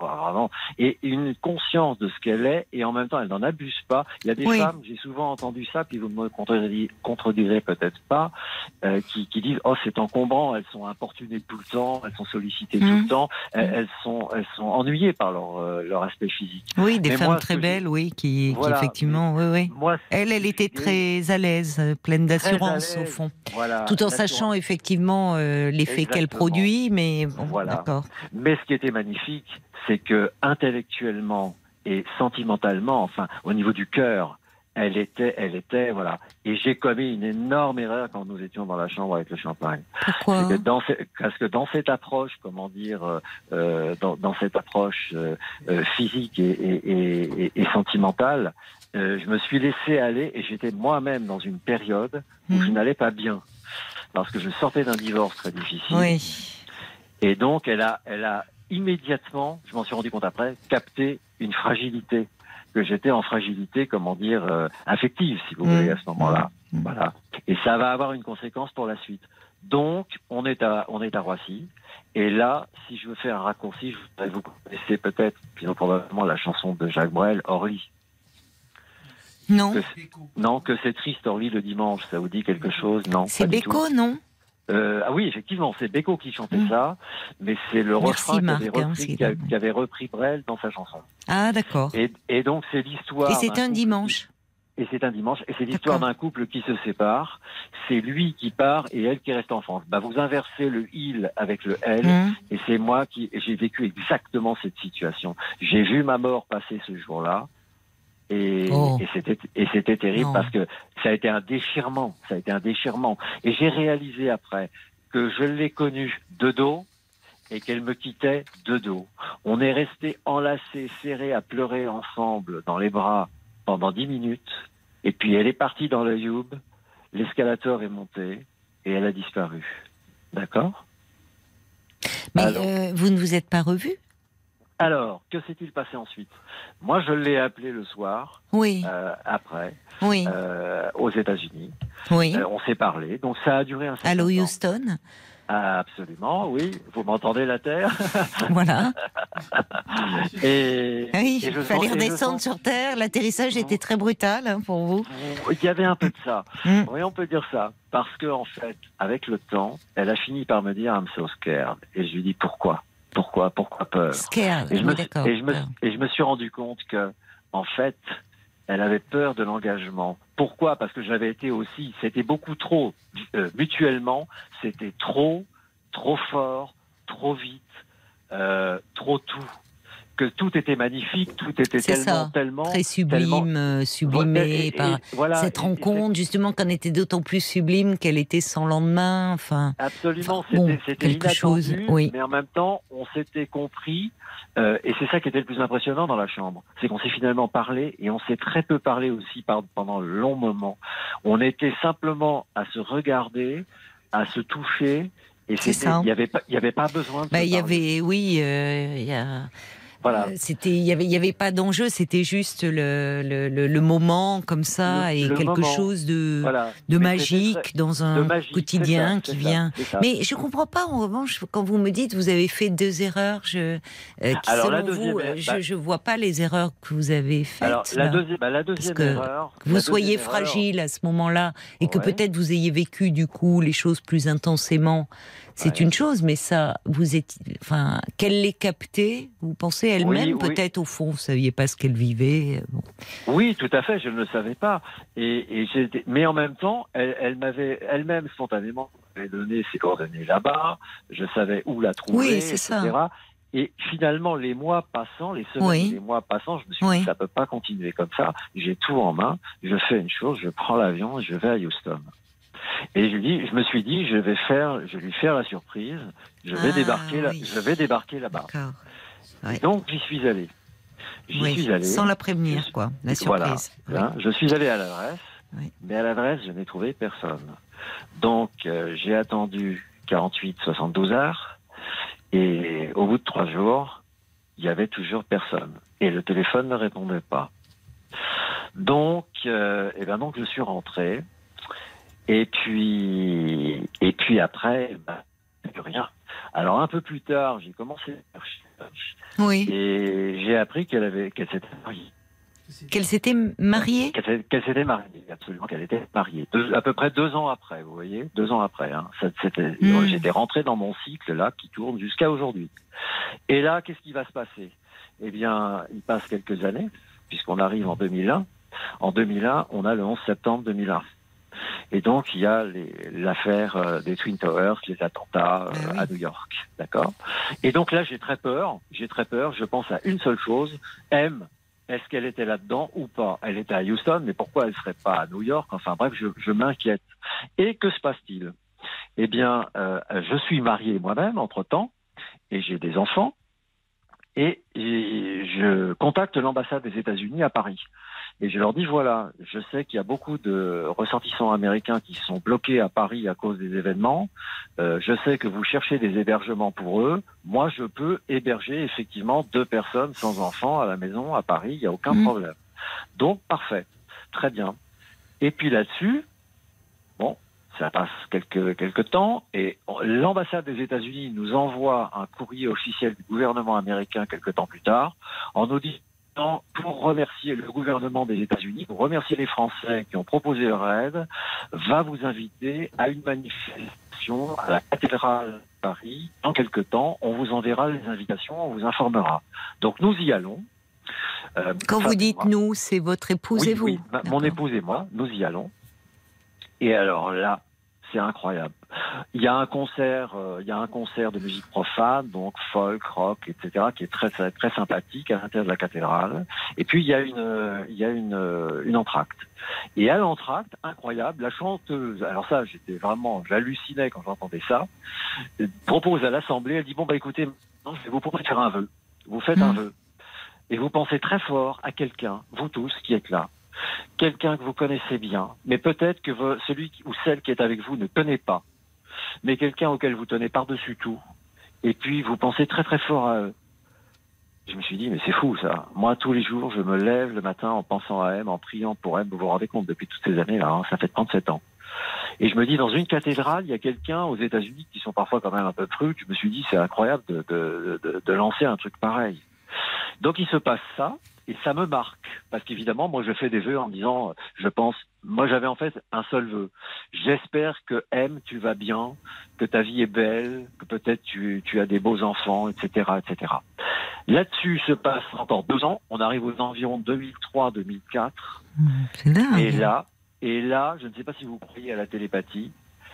vraiment, et une conscience de ce qu'elle est, et en même temps, elle n'en abuse pas. Il y a des Oui. femmes, j'ai souvent entendu ça, puis vous me contredirez, contredirez peut-être pas, euh, qui, qui disent, oh, c'est encombrant, elles sont importunées tout le temps, elles sont sollicitées Mmh. tout le temps, elles, elles sont, elles sont ennuyées par leur, euh, leur aspect physique. Oui, des Mais femmes moi, ce très que belles, j'ai- oui, qui, Voilà, qui effectivement, oui, oui. Moi, Elle, elle était très à l'aise, euh, pleine d'assurance, au fond. Voilà, Tout en l'assurance. sachant effectivement euh, l'effet qu'elle Exactement. produit, mais bon, Voilà. d'accord. Mais ce qui était magnifique, c'est que intellectuellement et sentimentalement, enfin, au niveau du cœur, elle était, elle était, voilà. Et j'ai commis une énorme erreur quand nous étions dans la chambre avec le champagne. Pourquoi? C'est que dans, ce- parce que dans cette approche, comment dire, euh, euh, dans, dans cette approche euh, euh, physique et, et, et, et, et sentimentale, euh, je me suis laissé aller et j'étais moi-même dans une période où Mmh. je n'allais pas bien. Parce que je sortais d'un divorce très difficile. Oui. Et donc, elle a, elle a immédiatement, je m'en suis rendu compte après, capté une fragilité. Que j'étais en fragilité, comment dire, euh, affective, si vous Mmh. voulez, à ce moment-là. Mmh. Voilà. Et ça va avoir une conséquence pour la suite. Donc, on est à, on est à Roissy. Et là, si je veux faire un raccourci, je voudrais vous connaissez peut-être, puis probablement la chanson de Jacques Brel, Orly. Non. Que c'est- non, que c'est triste, Orly, le dimanche. Ça vous dit quelque chose? Non. C'est pas du tout. Beko, non? Euh, ah oui, effectivement, c'est Beko qui chantait Mmh. ça, mais c'est le Merci, refrain Marc, qu'avait hein, repris, c'est qu'a- dommage. qu'avait repris Brel dans sa chanson. Ah, d'accord. Et, et donc, c'est l'histoire. Et c'est d'un un couple dimanche. qui- Et c'est un dimanche. Et c'est l'histoire D'accord. d'un couple qui se sépare. C'est lui qui part et elle qui reste en France. Bah, vous inversez le il avec le elle. Mmh. Et c'est moi qui, j'ai vécu exactement cette situation. J'ai vu ma mort passer ce jour-là. Et, Oh. et c'était, et c'était terrible Non. parce que ça a été un déchirement. Ça a été un déchirement. Et j'ai réalisé après que je l'ai connue de dos et qu'elle me quittait de dos. On est restés enlacés, serrés, à pleurer ensemble dans les bras pendant dix minutes. Et puis elle est partie dans le Youb, l'escalator est monté et elle a disparu. D'accord? Mais Alors. euh, vous ne vous êtes pas revus? Alors, que s'est-il passé ensuite? Moi, je l'ai appelé le soir, Oui, euh, après, oui, euh, aux États-Unis. oui. Euh, on s'est parlé, donc ça a duré un certain Allô, temps. Houston? Ah, absolument, oui. Vous m'entendez, la Terre? Voilà. Et, Oui, et il je fallait sens- et je redescendre sens- sur Terre. L'atterrissage était très brutal hein, pour vous. Il y avait un peu de ça. Mm. Oui, on peut dire ça. Parce que, en fait, avec le temps, elle a fini par me dire I'm so scared. Et je lui dis pourquoi? Pourquoi? Pourquoi peur? Scared, Et je, oui, me, d'accord. et, je me, peur. et je me suis rendu compte que, en fait, elle avait peur de l'engagement. Pourquoi? Parce que j'avais été aussi, c'était beaucoup trop, euh, mutuellement, c'était trop, trop fort, trop vite, euh, trop tout. Que tout était magnifique, tout était C'est tellement, ça, tellement... Très sublime, tellement- euh, sublimé Et- et- par voilà, cette et- et- rencontre, justement, qu'on était d'autant plus sublime qu'elle était sans lendemain. Enfin, Absolument, Enfin, bon, c'était c'était quelque inattendu, chose, oui. mais en même temps, on s'était compris, euh, et c'est ça qui était le plus impressionnant dans la chambre, c'est qu'on s'est finalement parlé, et on s'est très peu parlé aussi par- pendant le long moment. On était simplement à se regarder, à se toucher, et C'est c'était- ça. il n'y avait pas, il y avait pas besoin de bah, se il y parler. avait, oui, euh, il y a. Voilà. Euh, C'était, il y avait, il y avait pas d'enjeu. C'était juste le, le, le, le moment comme ça Le- et le quelque moment. chose de, Voilà. de Mais magique c'était dans très- un de magique, quotidien c'est ça, qui c'est ça, vient. c'est ça. Mais je comprends pas en revanche quand vous me dites vous avez fait deux erreurs. Je, euh, qui, Alors, la selon deuxième vous, er- euh, je, bah- je vois pas les erreurs que vous avez faites. Alors, la, là. deuxième, bah, la deuxième que erreur... Que vous la soyez deuxième erreur- fragile à ce moment-là et que Ouais. peut-être vous ayez vécu du coup les choses plus intensément, c'est Ouais. une chose. Mais ça, vous êtes, enfin, qu'elle l'ait capté, vous pensez elle-même Oui, oui. peut-être au fond, vous saviez pas ce qu'elle vivait. Bon. Oui, tout à fait, je ne le savais pas. Et, et j'étais- mais en même temps, elle, elle m'avait elle-même spontanément m'avait donné ses coordonnées là-bas. Je savais où la trouver, Oui, c'est et cetera. Et finalement, les mois passant, les semaines, Oui. les mois passant, je me suis Oui. dit ça peut pas continuer comme ça. J'ai tout en main. Je fais une chose, je prends l'avion et je vais à Houston. Et je lui dis, je me suis dit, je vais faire, je vais lui faire la surprise. Je vais Ah, débarquer là, oui. je vais débarquer là-bas. D'accord. Ouais. Donc j'y suis allé. J'y Oui, suis allé. sans la prévenir, Je- quoi. La Voilà, surprise. hein, je suis allé à l'adresse, Oui. mais à l'adresse, je n'ai trouvé personne. Donc, euh, j'ai attendu quarante-huit soixante-douze heures, et au bout de trois jours, il y avait toujours personne. Et le téléphone ne répondait pas. Donc, euh, eh ben donc je suis rentré, et puis, et puis après, ben, il n'y a plus rien. Alors, un peu plus tard, j'ai commencé à chercher. Oui. Et j'ai appris qu'elle avait, qu'elle s'était mariée. Qu'elle s'était mariée Qu'elle, s'est- qu'elle s'était mariée, absolument, qu'elle était mariée. Deux- à peu près deux ans après, vous voyez, deux ans après. Hein. Ça, c'était, Mm. J'étais rentré dans mon cycle là, qui tourne jusqu'à aujourd'hui. Et là, qu'est-ce qui va se passer? Eh bien, il passe quelques années, puisqu'on arrive en deux mille un. En deux mille un, on a le onze septembre deux mille un. Et donc, il y a les, l'affaire euh, des Twin Towers, les attentats euh, Ah oui. à New York, d'accord? Et donc là, j'ai très peur, j'ai très peur, je pense à une seule chose, M, est-ce qu'elle était là-dedans ou pas? Elle était à Houston, mais pourquoi elle serait pas à New York? Enfin bref, je, je m'inquiète. Et que se passe-t-il? Eh bien, euh, je suis marié moi-même, entre-temps, et j'ai des enfants, et, et je contacte l'ambassade des États-Unis à Paris. Et je leur dis, voilà, je sais qu'il y a beaucoup de ressortissants américains qui sont bloqués à Paris à cause des événements. Euh, je sais que vous cherchez des hébergements pour eux. Moi, je peux héberger effectivement deux personnes sans enfants à la maison à Paris, il n'y a aucun Mmh. problème. Donc, parfait, très bien. Et puis là-dessus, bon, ça passe quelques, quelques temps et l'ambassade des États-Unis nous envoie un courrier officiel du gouvernement américain quelques temps plus tard en nous disant, pour remercier le gouvernement des États-Unis, pour remercier les Français qui ont proposé leur aide, va vous inviter à une manifestation à la cathédrale de Paris. Dans quelques temps, on vous enverra les invitations, on vous informera. Donc nous y allons. Euh, Quand Fab vous et dites moi. nous, c'est votre épouse Oui, et vous oui, ma- mon D'accord. épouse et moi, nous y allons. Et alors là, c'est incroyable. Il y a un concert, euh, il y a un concert de musique profane, donc folk, rock, et cetera, qui est très très, très sympathique à l'intérieur de la cathédrale. Et puis il y a une, euh, il y a une, euh, une entracte. Et à l'entracte, incroyable, la chanteuse. Alors ça, j'étais vraiment, j'hallucinais quand j'entendais ça. euh, Propose à l'assemblée, elle dit bon bah écoutez, maintenant je vais vous proposer de faire un vœu. Vous faites un Mm. vœu. Et vous pensez très fort à quelqu'un, vous tous qui êtes là, quelqu'un que vous connaissez bien, mais peut-être que vo- celui qui- ou celle qui est avec vous ne connaît pas, mais quelqu'un auquel vous tenez par-dessus tout, et puis vous pensez très très fort à eux. Je me suis dit, mais c'est fou ça. Moi, tous les jours, je me lève le matin en pensant à M, en priant pour M. Vous vous rendez compte, depuis toutes ces années-là, hein, ça fait trente-sept ans. Et je me dis, dans une cathédrale, il y a quelqu'un aux États-Unis qui sont parfois quand même un peu prudes. Je me suis dit, c'est incroyable de, de, de, de lancer un truc pareil. Donc il se passe ça, et ça me marque. Parce qu'évidemment, moi je fais des vœux en me disant, euh, je pense, moi j'avais en fait un seul vœu. J'espère que M, tu vas bien, que ta vie est belle, que peut-être tu, tu as des beaux enfants, et cetera, et cetera. Là-dessus se passe encore deux ans, on arrive aux environs deux mille trois deux mille quatre, Mmh, c'est dingue. et là, et là, je ne sais pas si vous croyez à la télépathie,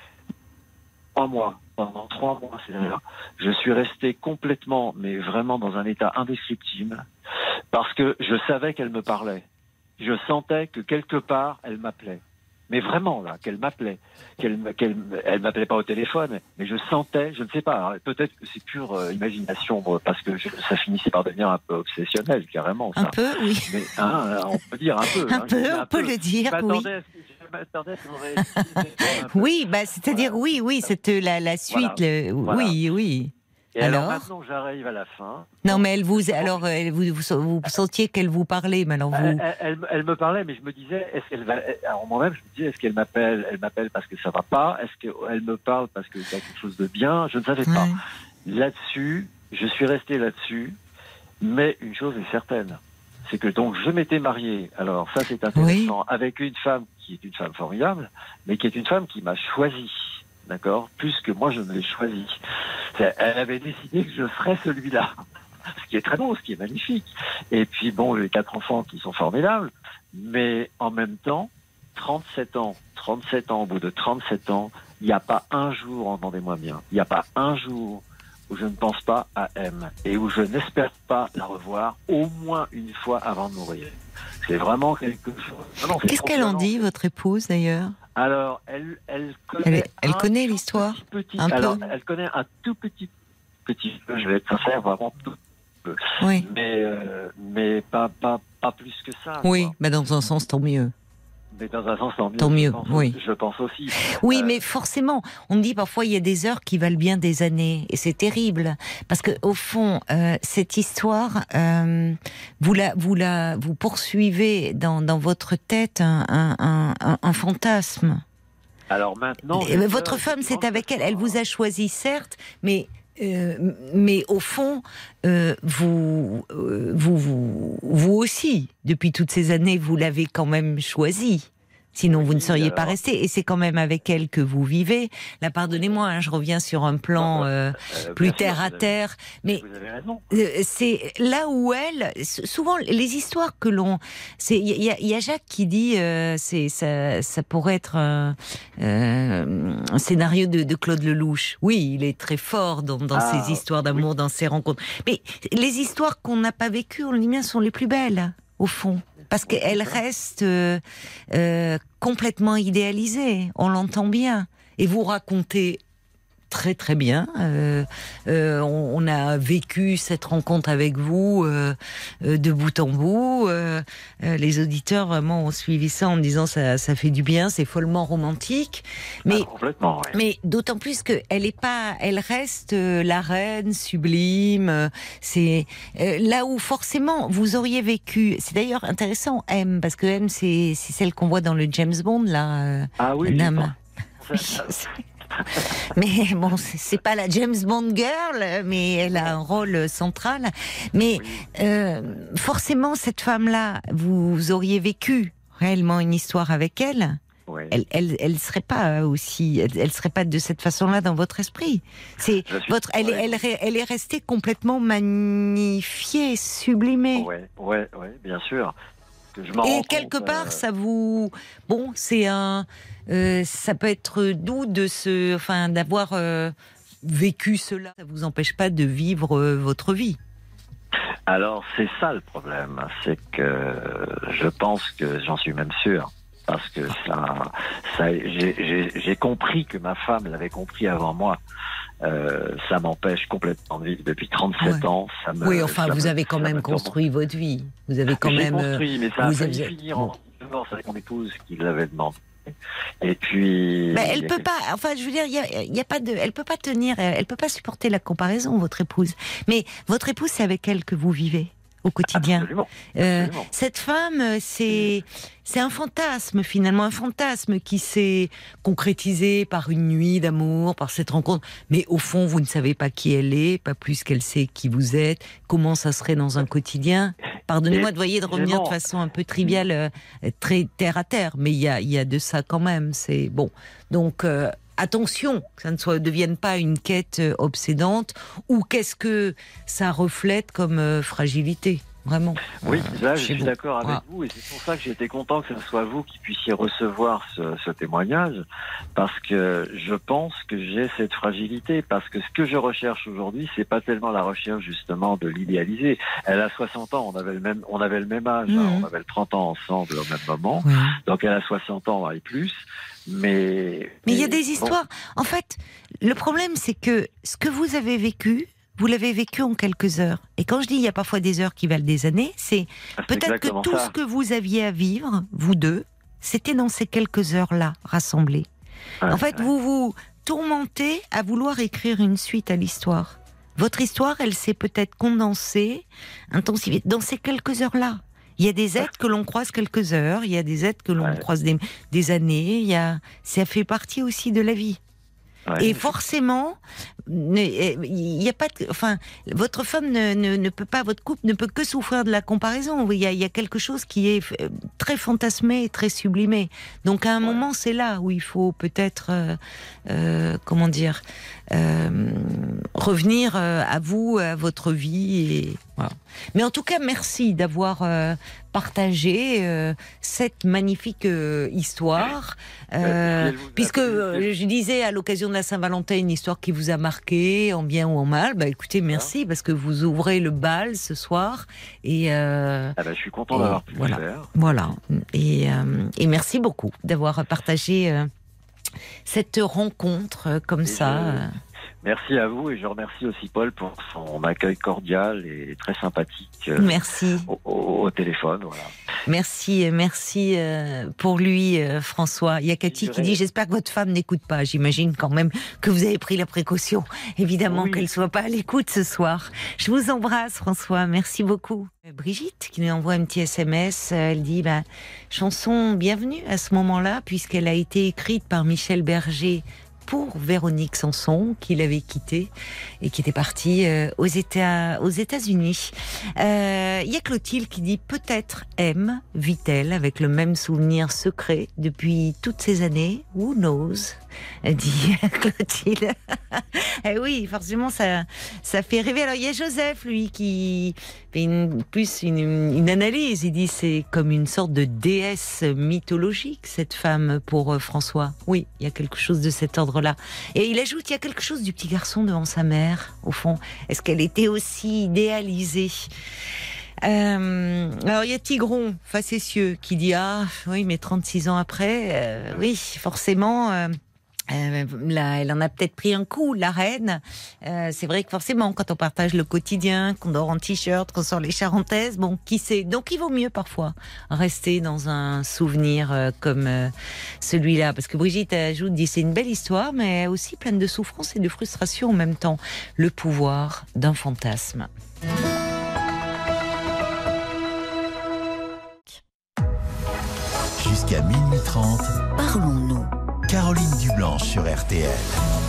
trois mois, pendant trois mois, c'est-à-dire, je suis resté complètement, mais vraiment dans un état indescriptible, parce que je savais qu'elle me parlait. Je sentais que quelque part, elle m'appelait. Mais vraiment, là, qu'elle m'appelait. Qu'elle, m- qu'elle, m- elle m'appelait pas au téléphone, mais je sentais, je ne sais pas, alors, peut-être que c'est pure euh, imagination, moi, parce que je- ça finissait par devenir un peu obsessionnel, carrément, ça. Un peu, oui. Mais, hein, on peut dire un peu. Un hein, je peu, dis on peut le dire, je oui. m'attendais à ce que- je m'attendais à ce qu'on réussisse un peu. Oui, bah, c'est-à-dire, Voilà. oui, oui, c'est euh, la, la suite. Voilà. le- Voilà. Oui, oui. Et alors, Alors maintenant, j'arrive à la fin. Non, mais elle vous, alors, elle, vous, vous, vous sentiez qu'elle vous parlait, mais alors vous. Elle, elle- elle- elle me parlait, mais je me disais, est-ce qu'elle va. Alors moi-même, je me disais, est-ce qu'elle m'appelle Elle m'appelle parce que ça va pas Est-ce qu'elle me parle parce qu'il y a quelque chose de bien Je ne savais pas. Ouais. Là-dessus, je suis resté là-dessus, mais une chose est certaine, c'est que donc je m'étais marié. Alors ça, c'est intéressant, avec une femme qui est une femme formidable, mais qui est une femme qui m'a choisi. D'accord, plus que moi je ne l'ai choisi. C'est- Elle avait décidé que je serais celui-là, ce qui est très beau, ce qui est magnifique. Et puis bon, les quatre enfants qui sont formidables, mais en même temps, trente-sept ans, trente-sept ans, au bout de trente-sept ans, il n'y a pas un jour, entendez-moi bien, il n'y a pas un jour où je ne pense pas à M et où je n'espère pas la revoir au moins une fois avant de mourir. C'est vraiment quelque chose. Non, non, c'est Qu'est-ce trop qu'elle en violent. dit, votre épouse, d'ailleurs Alors, elle, elle connaît, Elle, elle un connaît tout l'histoire petit, petit- Un peu. alors, elle connaît un tout petit, petit peu, je vais être sincère, vraiment tout peu. Oui. Mais, euh, mais pas, pas, pas plus que ça. Oui, quoi. mais dans un sens, tant mieux. Mais dans un sens, tant mieux. Tant je mieux, pense, oui. Je pense aussi. Oui, Euh, mais forcément, on me dit parfois il y a des heures qui valent bien des années, et c'est terrible parce que au fond, euh, cette histoire, euh, vous la, vous la, vous poursuivez dans, dans votre tête un, un, un, un, un fantasme. Alors maintenant. Et j'ai votre peur, femme, c'est effectivement, avec que elle. ça Elle vous soit- a choisi, certes, mais euh, mais au fond, euh, vous, euh, vous, vous, vous aussi, depuis toutes ces années, vous l'avez quand même choisi. Sinon, vous ne seriez alors... pas resté. Et c'est quand même avec elle que vous vivez. Là, pardonnez-moi, hein, je reviens sur un plan euh, euh, plus terre sûr, à terre. Mais vous avez raison. Euh, c'est là où elle... Souvent, les histoires que l'on... Il y, y a Jacques qui dit euh, c'est ça, ça pourrait être un, euh, un scénario de, de Claude Lelouch. Oui, il est très fort dans, dans ah, ses histoires d'amour, oui. dans ses rencontres. Mais les histoires qu'on n'a pas vécues, on le dit bien, sont les plus belles, au fond. Parce qu'elle reste euh, euh, complètement idéalisée, on l'entend bien. Et vous racontez très très bien. Euh, euh, on, on a vécu cette rencontre avec vous euh, euh, de bout en bout. Euh, euh, les auditeurs vraiment ont suivi ça en disant ça, ça fait du bien, c'est follement romantique. Mais, ah, complètement, ouais. mais d'autant plus que elle est pas, elle reste euh, la reine sublime. Euh, c'est euh, là où forcément vous auriez vécu. C'est d'ailleurs intéressant M parce que M c'est, c'est celle qu'on voit dans le James Bond là. Euh, ah oui. Nam. Mais bon, c'est pas la James Bond girl, mais elle a un rôle central. Mais euh, forcément, cette femme-là, vous auriez vécu réellement une histoire avec elle. Oui. Elle, elle, elle serait pas aussi, elle, elle serait pas de cette façon-là dans votre esprit. C'est votre, elle, elle, elle, elle est restée complètement magnifiée, sublimée. Ouais, ouais, ouais, bien sûr. Que je Et quelque compte, part, euh... ça vous, bon, c'est un. Euh, ça peut être doux de se, enfin, d'avoir euh, vécu cela. Ça vous empêche pas de vivre euh, votre vie. Alors c'est ça le problème, c'est que je pense que j'en suis même sûr, parce que ça, ça j'ai, j'ai, j'ai compris que ma femme l'avait compris avant moi. Euh, ça m'empêche complètement de vivre depuis trente-sept ouais. ans. Ça me, oui, enfin, vous me, avez quand même construit tourne. votre vie. Vous avez quand j'ai même construit, mais ça vous a failli avez... finir bon. en divorce avec mon épouse qui l'avait demandé. Et puis. Mais elle peut pas. Enfin, je veux dire, il y a, il y a pas de. Elle peut pas tenir. Elle peut pas supporter la comparaison, votre épouse. Mais votre épouse, c'est avec elle que vous vivez au quotidien. Absolument. Euh, Absolument. Cette femme, c'est c'est un fantasme finalement, un fantasme qui s'est concrétisé par une nuit d'amour, par cette rencontre. Mais au fond, vous ne savez pas qui elle est, pas plus qu'elle sait qui vous êtes, comment ça serait dans un quotidien. Pardonnez-moi de, voyez, de revenir de façon un peu triviale, euh, très terre à terre, mais il y a, il y a de ça quand même. C'est bon. Donc. Euh, Attention, que ça ne soit, devienne pas une quête obsédante, ou qu'est-ce que ça reflète comme euh, fragilité, vraiment. Oui, là, je suis vous. d'accord avec ah. vous, et c'est pour ça que j'étais content que ce soit vous qui puissiez recevoir ce, ce témoignage, parce que je pense que j'ai cette fragilité, parce que ce que je recherche aujourd'hui, c'est pas tellement la recherche justement de l'idéaliser. Elle a soixante ans, on avait le même, on avait le même âge, mmh. hein, on avait le trente ans ensemble au même moment, mmh. donc elle a soixante ans et plus. Mais mais il y a des histoires. Bon. En fait, le problème, c'est que ce que vous avez vécu, vous l'avez vécu en quelques heures. Et quand je dis il y a parfois des heures qui valent des années, c'est, c'est peut-être que tout ça. ce que vous aviez à vivre, vous deux, c'était dans ces quelques heures-là rassemblées. Ouais, en fait, ouais. vous vous tourmentez à vouloir écrire une suite à l'histoire. Votre histoire, elle s'est peut-être condensée, intensifiée dans ces quelques heures-là. Il y a des êtres que l'on croise quelques heures, il y a des êtres que l'on ouais. croise des, des années, il y a, ça fait partie aussi de la vie. Ouais. Et forcément, il y a pas, de, enfin, votre femme ne, ne, ne peut pas, votre couple ne peut que souffrir de la comparaison. Il y a, il y a quelque chose qui est très fantasmé et très sublimé. Donc à un ouais. moment, c'est là où il faut peut-être, euh, euh, comment dire, euh, revenir à vous, à votre vie. Et, voilà. Mais en tout cas, merci d'avoir euh, partagé euh, cette magnifique euh, histoire, euh, puisque euh, je disais à l'occasion de la Saint-Valentin une histoire qui vous a marqué en bien ou en mal. Bah écoutez, merci parce que vous ouvrez le bal ce soir et euh, ah bah, je suis content et, d'avoir pu voilà, le faire. Voilà. Et, euh, et merci beaucoup d'avoir partagé euh, cette rencontre euh, comme et ça. Je... Merci à vous et je remercie aussi Paul pour son accueil cordial et très sympathique. Merci. Au, au, au téléphone, voilà. Merci, merci pour lui, François. Il y a Cathy qui dit « J'espère que votre femme n'écoute pas. J'imagine quand même que vous avez pris la précaution, évidemment, oui. qu'elle ne soit pas à l'écoute ce soir. » Je vous embrasse, François. Merci beaucoup. Brigitte qui nous envoie un petit S M S. Elle dit bah, « Chanson bienvenue à ce moment-là, puisqu'elle a été écrite par Michel Berger pour Véronique Sanson, qu'il avait quittée et qui était partie euh, aux États, aux États-Unis. Euh, il y a Clotilde qui dit peut-être aime, vit-elle avec le même souvenir secret depuis toutes ces années. Who knows, dit Clotilde. Eh oui, forcément, ça, ça fait rêver. Alors, il y a Joseph, lui, qui fait une, plus une, une analyse. Il dit c'est comme une sorte de déesse mythologique, cette femme, pour euh, François. Oui, il y a quelque chose de cet ordre-là. Et il ajoute, il y a quelque chose du petit garçon devant sa mère, au fond. Est-ce qu'elle était aussi idéalisée ? Euh, alors il y a Tigron, facétieux, qui dit ah oui, mais trente-six ans après, euh, oui, forcément. Euh, Euh, là, elle en a peut-être pris un coup, la reine. Euh, c'est vrai que forcément, quand on partage le quotidien, qu'on dort en t-shirt, qu'on sort les charentaises, bon, qui sait. Donc, il vaut mieux parfois rester dans un souvenir euh, comme euh, celui-là. Parce que Brigitte ajoute, dit, c'est une belle histoire, mais aussi pleine de souffrance et de frustration en même temps. Le pouvoir d'un fantasme. Jusqu'à minuit trente, Parlons-nous. Caroline Dublanche sur R T L.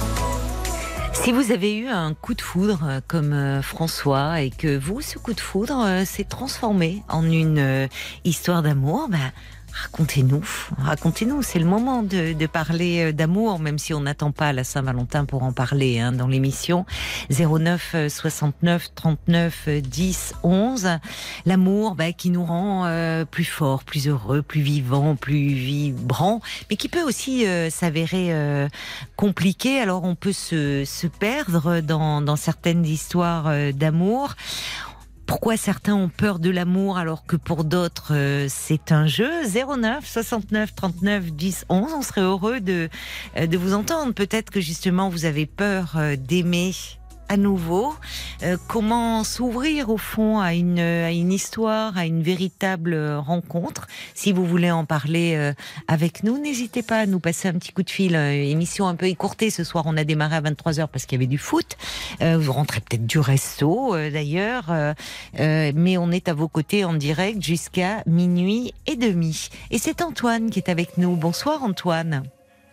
Si vous avez eu un coup de foudre comme euh, François et que vous, ce coup de foudre euh, s'est transformé en une euh, histoire d'amour, ben, racontez-nous, racontez-nous. C'est le moment de, de parler d'amour, même si on n'attend pas la Saint-Valentin pour en parler hein, dans l'émission. zéro neuf soixante-neuf trente-neuf dix onze. L'amour bah, qui nous rend euh, plus forts, plus heureux, plus vivants, plus vibrants, mais qui peut aussi euh, s'avérer euh, compliqué. Alors on peut se, se perdre dans, dans certaines histoires euh, d'amour. Pourquoi certains ont peur de l'amour alors que pour d'autres euh, c'est un jeu? Zéro neuf soixante-neuf trente-neuf dix onze. On serait heureux de, de vous entendre. Peut-être que justement vous avez peur euh, d'aimer à nouveau. Euh, comment s'ouvrir au fond à une, à une histoire, à une véritable rencontre? Si vous voulez en parler euh, avec nous, n'hésitez pas à nous passer un petit coup de fil. Euh, émission un peu écourtée ce soir, on a démarré à vingt-trois heures parce qu'il y avait du foot. Euh, vous rentrez peut-être du resto euh, d'ailleurs, euh, euh, mais on est à vos côtés en direct jusqu'à minuit et demi. Et c'est Antoine qui est avec nous. Bonsoir Antoine.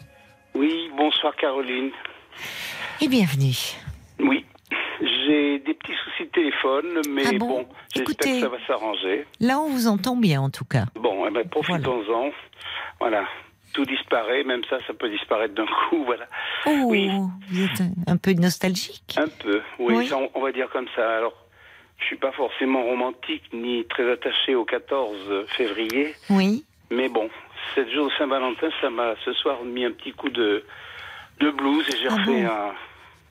Oui, bonsoir Caroline. Et bienvenue. Oui, j'ai des petits soucis de téléphone, mais ah bon, bon, j'espère écoutez, que ça va s'arranger. Là, on vous entend bien, en tout cas. Bon, eh ben, profitons-en. Voilà. voilà, tout disparaît, même ça, ça peut disparaître d'un coup, voilà. Oh, oui. Vous êtes un peu nostalgique. Un peu, oui, oui. Ça, on, on va dire comme ça. Alors, je suis pas forcément romantique, ni très attaché au quatorze février. Oui. Mais bon, cette jour de Saint-Valentin, ça m'a, ce soir, mis un petit coup de, de blues, et j'ai ah refait bon un...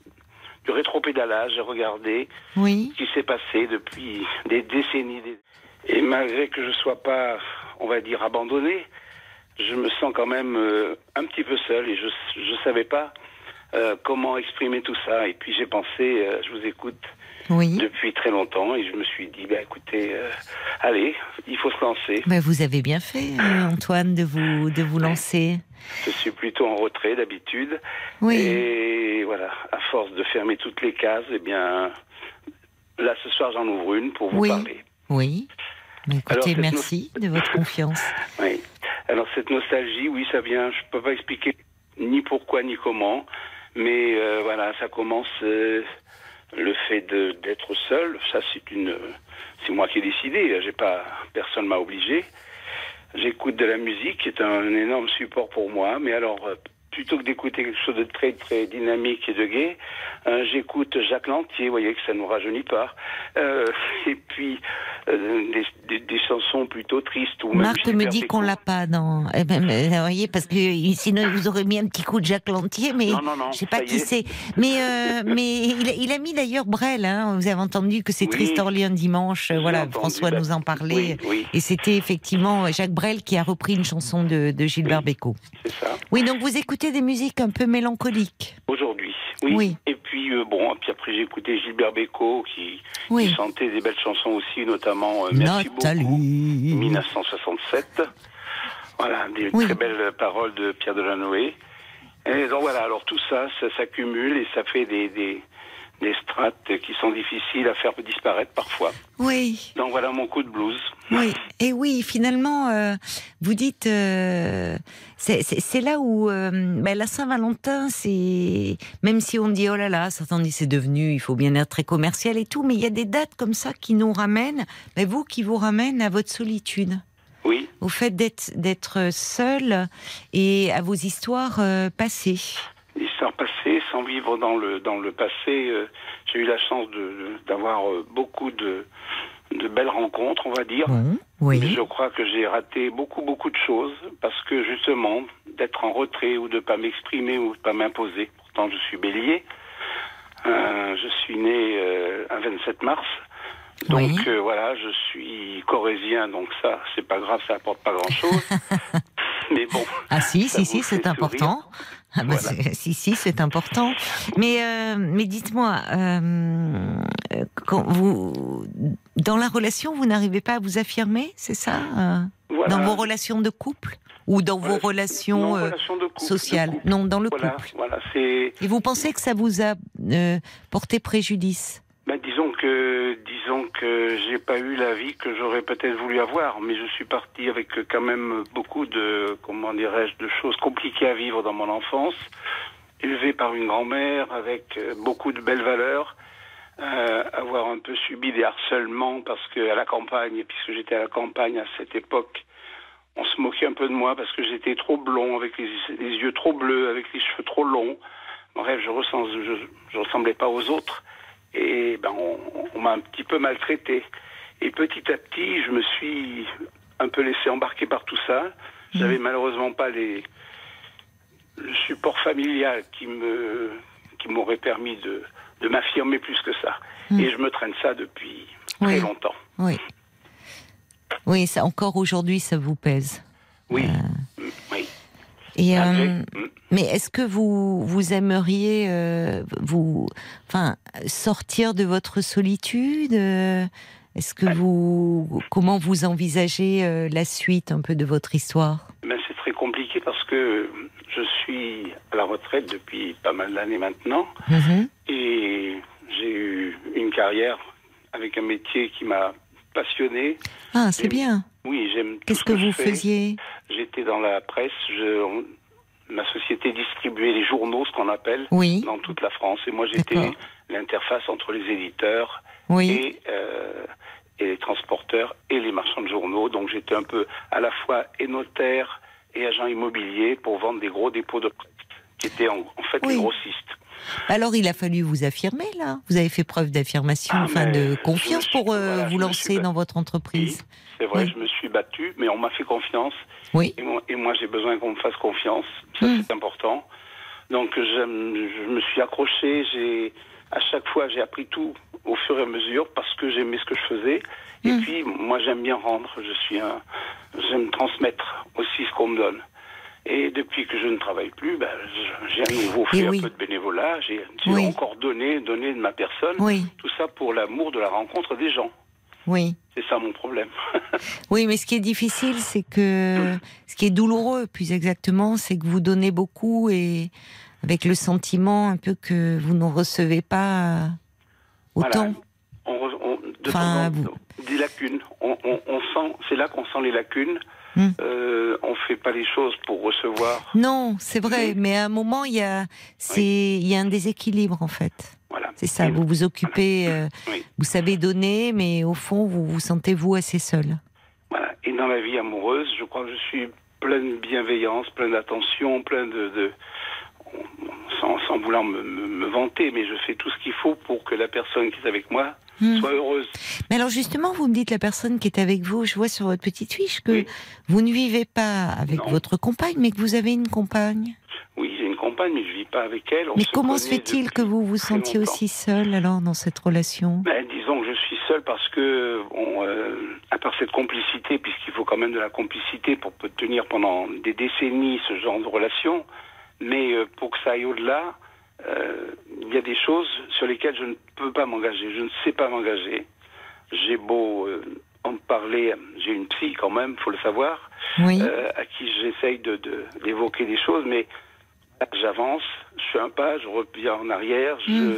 du rétropédalage, j'ai regardé oui. ce qui s'est passé depuis des décennies. Et malgré que je ne sois pas, on va dire, abandonné, je me sens quand même euh, un petit peu seul et je ne savais pas euh, comment exprimer tout ça. Et puis j'ai pensé, euh, je vous écoute oui. depuis très longtemps et je me suis dit, bah, écoutez, euh, allez, il faut se lancer. Bah, vous avez bien fait, euh, Antoine, de vous, de vous lancer. Je suis plutôt en retrait d'habitude. Oui. Et voilà, à force de fermer toutes les cases, eh bien, là, ce soir, j'en ouvre une pour vous oui. parler. Oui. Mais écoutez, Alors, merci no... de votre confiance. Oui. Alors, cette nostalgie, oui, ça vient, je ne peux pas expliquer ni pourquoi, ni comment, mais euh, voilà, ça commence euh, le fait de, d'être seul. Ça, c'est une, c'est moi qui ai décidé. J'ai pas, personne m'a obligé. J'écoute de la musique, qui est un énorme support pour moi, mais alors, euh, plutôt que d'écouter quelque chose de très, très dynamique et de gai, euh, j'écoute Jacques Lantier, vous voyez que ça ne nous rajeunit pas, euh, et puis euh, des, des, des chansons plutôt tristes. Ou Marc me dit qu'on l'a pas dans... Eh ben, vous voyez, parce que sinon, il vous aurait mis un petit coup de Jacques Lantier, mais non, non, non, je sais pas qui c'est. Mais, euh, mais il, a, il a mis d'ailleurs Brel, hein, vous avez entendu que c'est oui. Triste Orléans dimanche, voilà, entendu, François bah, nous en parlait, oui, oui. et c'était effectivement Jacques Brel qui a repris une chanson de, de Gilbert oui, Bécaud. C'est ça. Oui, donc vous écoutez des musiques un peu mélancoliques. Aujourd'hui, oui. oui. Et puis, euh, bon, puis après j'ai écouté Gilbert Bécaud qui, oui. qui chantait des belles chansons aussi, notamment euh, Merci Nathalie. beaucoup, dix-neuf cent soixante-sept. Voilà, des oui. très belles paroles de Pierre Delanoë. Et donc voilà, alors tout ça, ça s'accumule et ça fait des, des, des strates qui sont difficiles à faire disparaître parfois. Oui. Donc voilà mon coup de blues. Oui, et oui, finalement, euh, vous dites, euh, c'est, c'est, c'est là où euh, ben, la Saint-Valentin, c'est, même si on dit oh là là, certains disent c'est devenu, il faut bien être très commercial et tout, mais il y a des dates comme ça qui nous ramènent, ben, vous qui vous ramènent à votre solitude. Oui. Au fait d'être d'être seul et à vos histoires euh, passées. L'histoire passée, sans vivre dans le dans le passé, euh, j'ai eu la chance de, d'avoir euh, beaucoup de de belles rencontres, on va dire. Bon, oui. Mais je crois que j'ai raté beaucoup beaucoup de choses parce que justement d'être en retrait ou de pas m'exprimer ou de pas m'imposer. Pourtant je suis Bélier. Euh, je suis né euh, un vingt-sept mars. Donc oui. euh, voilà, je suis corrézien, donc ça, c'est pas grave, ça apporte pas grand-chose. Mais bon. Ah si, si, si, vous c'est fait important. Ah bah Voilà. c'est- si, si, c'est important. Mais, euh, mais dites-moi, euh, quand vous, dans la relation, vous n'arrivez pas à vous affirmer, c'est ça euh, Voilà. Dans vos relations de couple ou dans vos relations Non, euh, relations de couple, sociales de couple. Non, dans le Voilà, couple. voilà, c'est. Et vous pensez que ça vous a euh, porté préjudice? Ben, disons que, disons que j'ai pas eu la vie que j'aurais peut-être voulu avoir, mais je suis parti avec quand même beaucoup de, comment dirais-je, de choses compliquées à vivre dans mon enfance, élevé par une grand-mère avec beaucoup de belles valeurs, euh, avoir un peu subi des harcèlements parce que à la campagne, puisque j'étais à la campagne à cette époque, on se moquait un peu de moi parce que j'étais trop blond, avec les, les yeux trop bleus, avec les cheveux trop longs. Bref, je, ressens, je, je ressemblais pas aux autres. Et ben, on, on m'a un petit peu maltraité. Et petit à petit, je me suis un peu laissé embarquer par tout ça. J'avais malheureusement pas les, le support familial qui me, qui m'aurait permis de, de m'affirmer plus que ça. Mmh. Et je me traîne ça depuis oui. très longtemps. Oui. Oui, ça, encore aujourd'hui, ça vous pèse. Oui. Euh... Oui. Et euh, mais est-ce que vous vous aimeriez euh, vous, enfin, sortir de votre solitude? Est-ce que vous, comment vous envisagez euh, la suite un peu de votre histoire? Ben, c'est très compliqué parce que je suis à la retraite depuis pas mal d'années maintenant, mm-hmm. et j'ai eu une carrière avec un métier qui m'a passionné. Ah, c'est bien. Oui, j'aime. Qu'est-ce que, que vous faisiez? J'étais dans la presse. Je, on, ma société distribuait les journaux, ce qu'on appelle, oui. dans toute la France. Et moi, j'étais D'accord. l'interface entre les éditeurs oui. et, euh, et les transporteurs et les marchands de journaux. Donc, j'étais un peu à la fois et notaire et agent immobilier pour vendre des gros dépôts de presse, qui étaient en, en fait oui. les grossistes. Alors, il a fallu vous affirmer, là. Vous avez fait preuve d'affirmation, ah, enfin de confiance suis, pour euh, voilà, vous lancer dans votre entreprise. Oui, c'est vrai, oui. je me suis battu, mais on m'a fait confiance. Oui. Et moi, et moi j'ai besoin qu'on me fasse confiance. Ça, mmh. c'est important. Donc, je me suis accroché. J'ai, à chaque fois, j'ai appris tout au fur et à mesure parce que j'aimais ce que je faisais. Et mmh. puis, moi, j'aime bien rendre. Je suis un, j'aime transmettre aussi ce qu'on me donne. Et depuis que je ne travaille plus, ben, j'ai à nouveau fait oui. un peu de bénévolat, j'ai, j'ai oui. encore donné, donné de ma personne, oui. tout ça pour l'amour de la rencontre des gens. Oui. C'est ça mon problème. Oui, mais ce qui est difficile, c'est que, ce qui est douloureux, plus exactement, c'est que vous donnez beaucoup et avec le sentiment un peu que vous n'en recevez pas autant. Voilà. On, on, de enfin, temps en, vous... des lacunes. On, on, on sent, c'est là qu'on sent les lacunes. Hum. Euh, on fait pas les choses pour recevoir. Non, c'est vrai, mais, mais à un moment il y a, c'est, oui. il y a un déséquilibre en fait. Voilà. C'est ça. Et vous vous occupez, voilà. euh, oui. vous savez donner, mais au fond vous vous sentez vous assez seul. Voilà. Et dans la vie amoureuse, je crois que je suis plein de bienveillance, plein d'attention, plein de, de... Sans, sans vouloir me, me, me vanter, mais je fais tout ce qu'il faut pour que la personne qui est avec moi Mmh. soit heureuse. Mais alors justement, vous me dites la personne qui est avec vous, je vois sur votre petite fiche que oui. vous ne vivez pas avec non. votre compagne, mais que vous avez une compagne. Oui, j'ai une compagne, mais je ne vis pas avec elle. On mais se comment se fait-il que vous vous sentiez longtemps. aussi seul alors dans cette relation? Ben, disons que je suis seul parce que, bon, euh, à part cette complicité, puisqu'il faut quand même de la complicité pour tenir pendant des décennies ce genre de relation, mais euh, pour que ça aille au-delà, Euh, il y a des choses sur lesquelles je ne peux pas m'engager, je ne sais pas m'engager. J'ai beau euh, en parler, j'ai une psy quand même, faut le savoir, oui. euh, à qui j'essaye de, de, d'évoquer des choses, mais j'avance, je fais un pas, je reviens en arrière, je, mmh.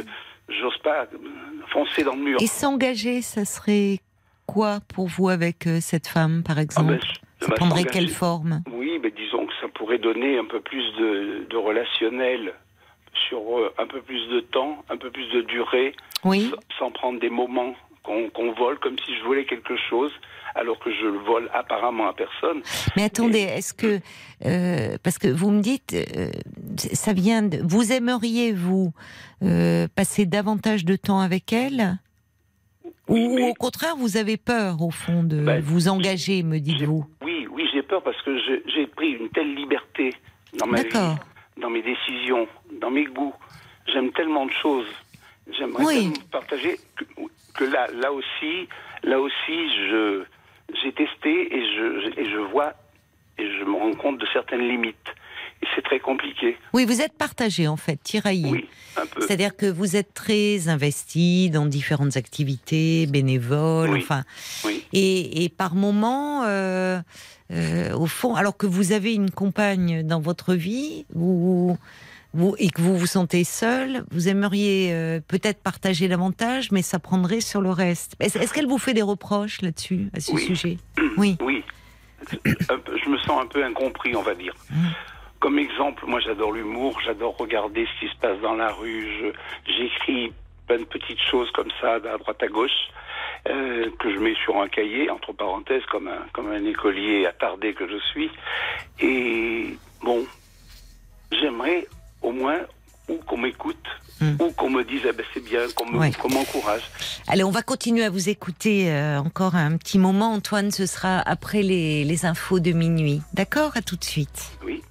j'ose pas foncer dans le mur. Et s'engager, ça serait quoi pour vous avec euh, cette femme, par exemple? ah ben, Ça bah, prendrait quelle forme? Oui, ben, disons que ça pourrait donner un peu plus de, de relationnel sur euh, un peu plus de temps, un peu plus de durée, oui. sans prendre des moments qu'on, qu'on vole, comme si je volais quelque chose, alors que je le vole apparemment à personne. Mais attendez, Et... est-ce que... Euh, parce que vous me dites, euh, ça vient de... Vous aimeriez, vous, euh, passer davantage de temps avec elle? Oui, Ou mais... au contraire, vous avez peur, au fond, de ben, vous engager, me dites-vous? Oui, oui, j'ai peur parce que je, j'ai pris une telle liberté dans ma D'accord. vie, dans mes décisions, dans mes goûts. J'aime tellement de choses. J'aimerais oui. tellement partager que, que là, là aussi, là aussi, je, j'ai testé et je, et je vois et je me rends compte de certaines limites. Et c'est très compliqué. Oui, vous êtes partagé, en fait, tiraillé. Oui, un peu. C'est-à-dire que vous êtes très investi dans différentes activités bénévoles, oui. enfin. Oui. Et, et par moments, euh, euh, au fond, alors que vous avez une compagne dans votre vie, vous, vous, et que vous vous sentez seul, vous aimeriez euh, peut-être partager davantage, mais ça prendrait sur le reste. Est-ce, est-ce qu'elle vous fait des reproches là-dessus, à ce oui. sujet? Oui. Oui. Je me sens un peu incompris, on va dire. Mmh. Comme exemple, moi j'adore l'humour, j'adore regarder ce qui se passe dans la rue, je, j'écris plein de petites choses comme ça, à droite à gauche, euh, que je mets sur un cahier, entre parenthèses, comme un, comme un écolier attardé que je suis. Et bon, j'aimerais au moins ou qu'on m'écoute, mmh. ou qu'on me dise eh ben, c'est bien, qu'on, me, ouais. qu'on m'encourage. Allez, on va continuer à vous écouter euh, encore un petit moment. Antoine, ce sera après les, les infos de minuit. D'accord? À tout de suite. Oui.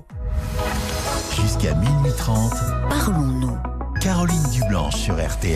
Jusqu'à minuit trente, parlons-nous. Caroline Dublanche sur R T L.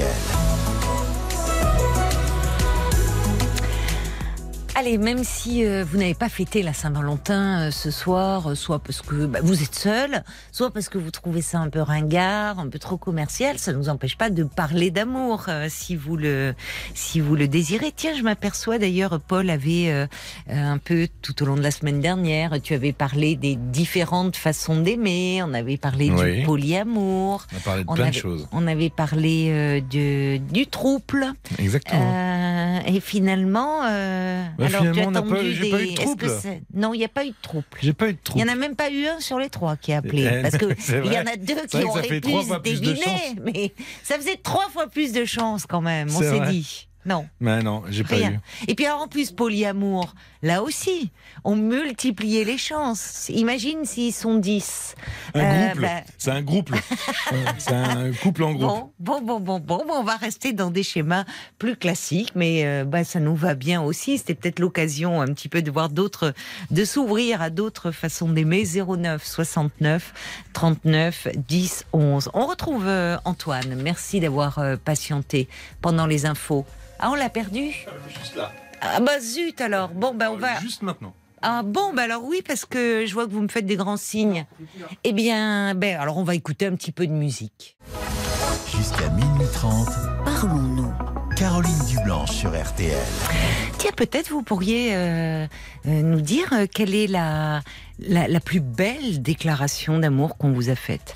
Allez, même si euh, vous n'avez pas fêté la Saint-Valentin euh, ce soir, euh, soit parce que bah, vous êtes seul, soit parce que vous trouvez ça un peu ringard, un peu trop commercial, ça ne nous empêche pas de parler d'amour euh, si vous le si vous le désirez. Tiens, je m'aperçois d'ailleurs, Paul avait euh, un peu tout au long de la semaine dernière, tu avais parlé des différentes façons d'aimer, on avait parlé oui. du polyamour, on a parlé de on plein avait, de choses. On avait parlé euh, de, du trouble. Exactement. Euh, et finalement... Euh, bah, alors, finalement, tu as on n'a pas, des... j'ai pas eu de trouble. Non, il n'y a pas eu de trouble. J'ai pas eu de trouble. Il n'y en a même pas eu un sur les trois qui a appelé. Eh, parce qu'il y en a deux qui auraient pu se deviner. Mais ça faisait trois fois plus de chance quand même, on c'est s'est vrai. dit. Non. Mais non, j'ai pas Rien. eu. Et puis alors en plus, polyamour, là aussi, on multipliait les chances. Imagine s'ils sont dix. Un euh, groupe. Bah... C'est un groupe. C'est un couple en groupe. Bon, bon, bon, bon, bon, on va rester dans des schémas plus classiques, mais euh, bah, ça nous va bien aussi. C'était peut-être l'occasion un petit peu de voir d'autres, de s'ouvrir à d'autres façons d'aimer. zéro neuf soixante-neuf trente-neuf dix onze. On retrouve euh, Antoine. Merci d'avoir euh, patienté pendant les infos. Ah, on l'a perdu ? Juste là. Ah bah zut alors. Bon bah on va. Juste maintenant. Ah bon bah alors oui, parce que je vois que vous me faites des grands signes. Eh bien, ben alors on va écouter un petit peu de musique. Jusqu'à minuit trente, parlons-nous. Caroline Dublanche sur R T L. Tiens, peut-être vous pourriez euh, euh, nous dire euh, quelle est la, la la plus belle déclaration d'amour qu'on vous a faite,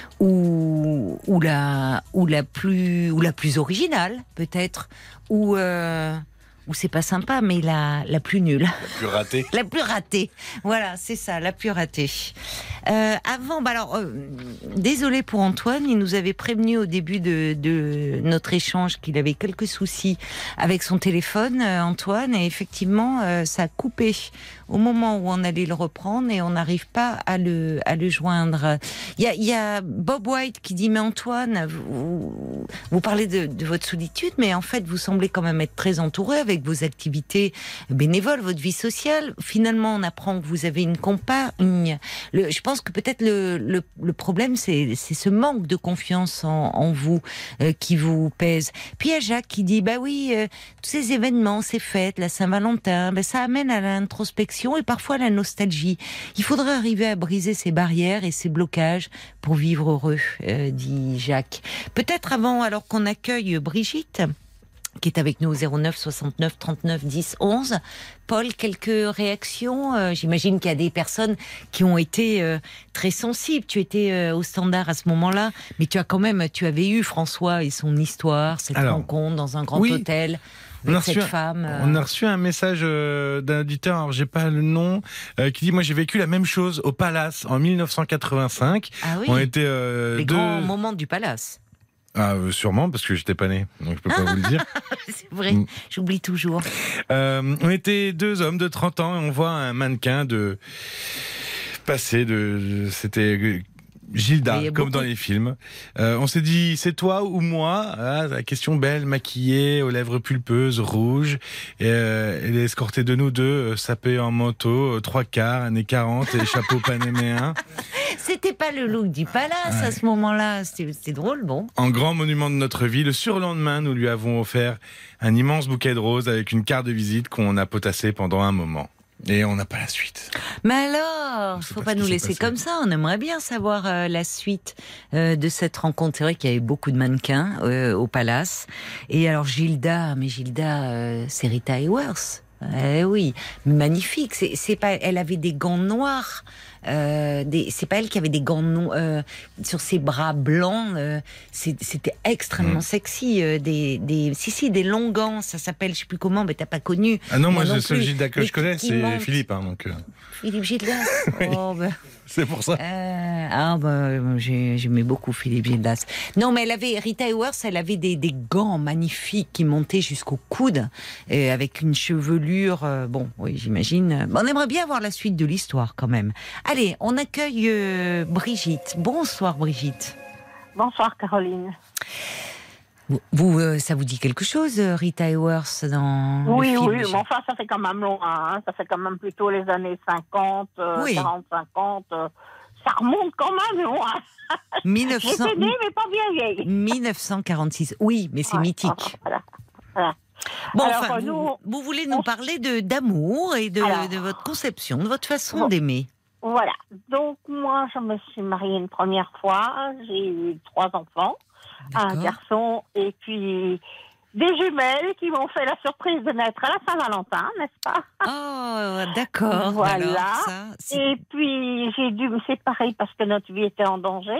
ou ou la ou la plus ou la plus originale peut-être, ou euh, ou c'est pas sympa, mais la la plus nulle. La plus ratée. La plus ratée. Voilà, c'est ça, la plus ratée. Euh, avant, bah alors, euh, désolé pour Antoine, il nous avait prévenu au début de, de notre échange qu'il avait quelques soucis avec son téléphone, euh, Antoine, et effectivement, euh, ça a coupé au moment où on allait le reprendre et on n'arrive pas à le, à le joindre. Il y a, il y a Bob White qui dit, mais Antoine, vous, vous parlez de, de votre solitude, mais en fait, vous semblez quand même être très entouré avec vos activités bénévoles, votre vie sociale. Finalement, on apprend que vous avez une compagne. Le, je pense que peut-être le, le, le problème, c'est, c'est ce manque de confiance en, en vous euh, qui vous pèse. Puis il y a Jacques qui dit, bah oui, euh, tous ces événements, ces fêtes, la Saint-Valentin, bah, ça amène à l'introspection et parfois à la nostalgie. Il faudrait arriver à briser ces barrières et ces blocages pour vivre heureux, euh, dit Jacques. Peut-être avant, alors qu'on accueille Brigitte, qui est avec nous au zéro neuf soixante-neuf trente-neuf dix onze. Paul, quelques réactions euh, J'imagine qu'il y a des personnes qui ont été euh, très sensibles. Tu étais euh, au Standard à ce moment-là, mais tu as quand même, tu avais eu François et son histoire, cette Alors, rencontre dans un grand oui, hôtel avec cette un, femme. Euh... On a reçu un message euh, d'un auditeur, alors j'ai pas le nom, euh, qui dit moi j'ai vécu la même chose au Palace en mille neuf cent quatre-vingt-cinq. Ah oui. On était euh, les deux... grands moments du Palace. Ah, euh, sûrement, parce que j'étais pas né, donc je peux pas vous le dire. C'est vrai, mm. j'oublie toujours. Euh, on était deux hommes de trente ans et on voit un mannequin de passer de... C'était Gilda, comme beaucoup... dans les films. Euh, on s'est dit, c'est toi ou moi? Ah, la question belle, maquillée, aux lèvres pulpeuses, rouges. Et, euh, elle est escortée de nous deux, euh, sapée en manteau, euh, trois quarts, années quarante, et chapeau panaméen. C'était pas le look du Palace ouais. à ce moment-là. C'était, c'était drôle, bon. En grand monument de notre vie, le surlendemain, nous lui avons offert un immense bouquet de roses avec une carte de visite qu'on a potassée pendant un moment. Et on n'a pas la suite. Mais alors, faut pas, pas nous laisser comme ça. On aimerait bien savoir euh, la suite euh, de cette rencontre. C'est vrai qu'il y avait beaucoup de mannequins euh, au Palace. Et alors Gilda, mais Gilda, euh, c'est Rita Hayworth. Eh oui, magnifique. C'est, c'est pas. Elle avait des gants noirs. Euh, des, c'est pas elle qui avait des gants no, euh, sur ses bras blancs. Euh, c'est, c'était extrêmement mmh. sexy. Euh, des, des, si si, des longs gants. Ça s'appelle, je sais plus comment, mais t'as pas connu. Ah non, moi, moi non le seul Gilda que je connais, c'est monte. Philippe. Hein, donc. Euh... Philippe Gildas. oui. Oh, ben. C'est pour ça. Euh, ah bah, j'ai, j'aimais beaucoup Philippe Gildas. Non, mais elle avait, Rita Hayworth, elle avait des, des gants magnifiques qui montaient jusqu'au coude, et avec une chevelure. Euh, bon, oui, j'imagine. On aimerait bien voir la suite de l'histoire quand même. Allez, on accueille euh, Brigitte. Bonsoir Brigitte. Bonsoir Caroline. Vous, vous euh, ça vous dit quelque chose, Rita Hayworth, dans oui, le film? Oui, oui, mais enfin, ça fait quand même loin. Hein. Ça fait quand même plutôt les années cinquante, euh, oui. quarante, cinquante. Euh, ça remonte quand même loin. mille neuf cents... J'étais née, mais pas bien vieille. dix-neuf cent quarante-six. Oui, mais c'est ouais, mythique. Voilà. voilà. Bon, alors, enfin, nous, vous, vous voulez nous on... parler de, d'amour et de, alors, de votre conception, de votre façon bon. d'aimer. Voilà. Donc, moi, je me suis mariée une première fois. J'ai eu trois enfants. D'accord. Un garçon et puis des jumelles qui m'ont fait la surprise de naître à la Saint-Valentin, n'est-ce pas? Oh, d'accord. Voilà. Alors, ça, c'est... Et puis j'ai dû me séparer parce que notre vie était en danger.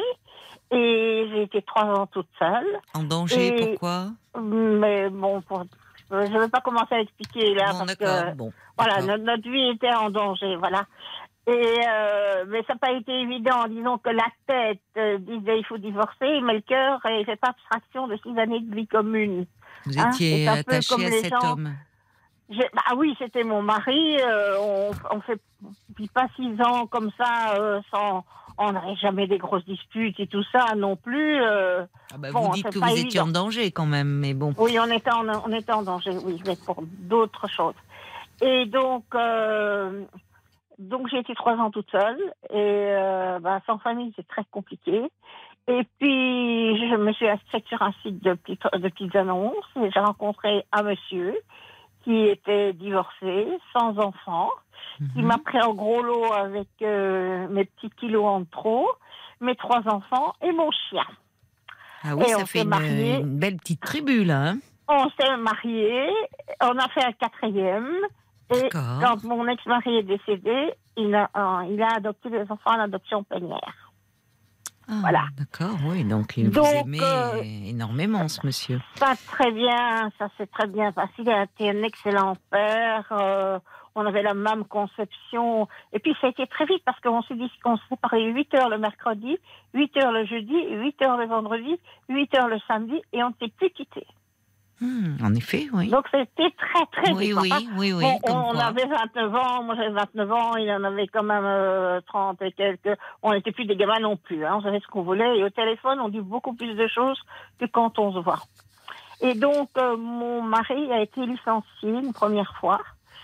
Et j'ai été trois ans toute seule. En danger, et... pourquoi? Mais bon, pour... je ne vais pas commencer à expliquer là bon, parce d'accord. que bon, voilà, d'accord. Notre, notre vie était en danger, voilà. Et euh, mais ça n'a pas été évident. Disons que la tête euh, disait il faut divorcer, mais le cœur ne fait pas abstraction de six années de vie commune. Vous hein, étiez attachée à cet gens. homme. J'ai, bah oui, c'était mon mari. Euh, on, on fait puis pas six ans comme ça euh, sans. On n'avait jamais des grosses disputes et tout ça non plus. Euh, ah bah bon, vous dites que vous étiez évident. en danger quand même, mais bon. Oui, on était en, on était en danger, oui, mais pour d'autres choses. Et donc. Euh, Donc j'ai été trois ans toute seule et euh, bah, sans famille c'est très compliqué. Et puis je me suis inscrite sur un site de petites, de petites annonces et j'ai rencontré un monsieur qui était divorcé, sans enfant, mm-hmm. qui m'a pris en gros lot avec euh, mes petits kilos en trop, mes trois enfants et mon chien. Ah oui, et ça fait une, une belle petite tribu là. Hein. On s'est mariés, on a fait un quatrième. Et d'accord. Quand mon ex-mari est décédé, il a, euh, il a adopté les enfants en adoption plénière. Ah, voilà. D'accord, oui. Donc, il donc, vous aimait euh, énormément, ce monsieur. Pas très bien. Ça s'est très bien passé. Il a été un excellent père. Euh, on avait la même conception. Et puis, ça a été très vite parce qu'on s'est dit qu'on se séparait huit heures le mercredi, huit heures le jeudi, huit heures le vendredi, huit heures le samedi et on ne s'est plus quittés. Mmh, en effet, oui. Donc c'était très très oui, vite. Oui, enfin, oui, oui. Bon, on quoi. avait vingt-neuf ans, moi j'avais vingt-neuf ans, il en avait quand même euh, trente et quelques. On n'était plus des gamins non plus, hein, on savait ce qu'on voulait. Et au téléphone, on dit beaucoup plus de choses que quand on se voit. Et donc, euh, mon mari a été licencié une première fois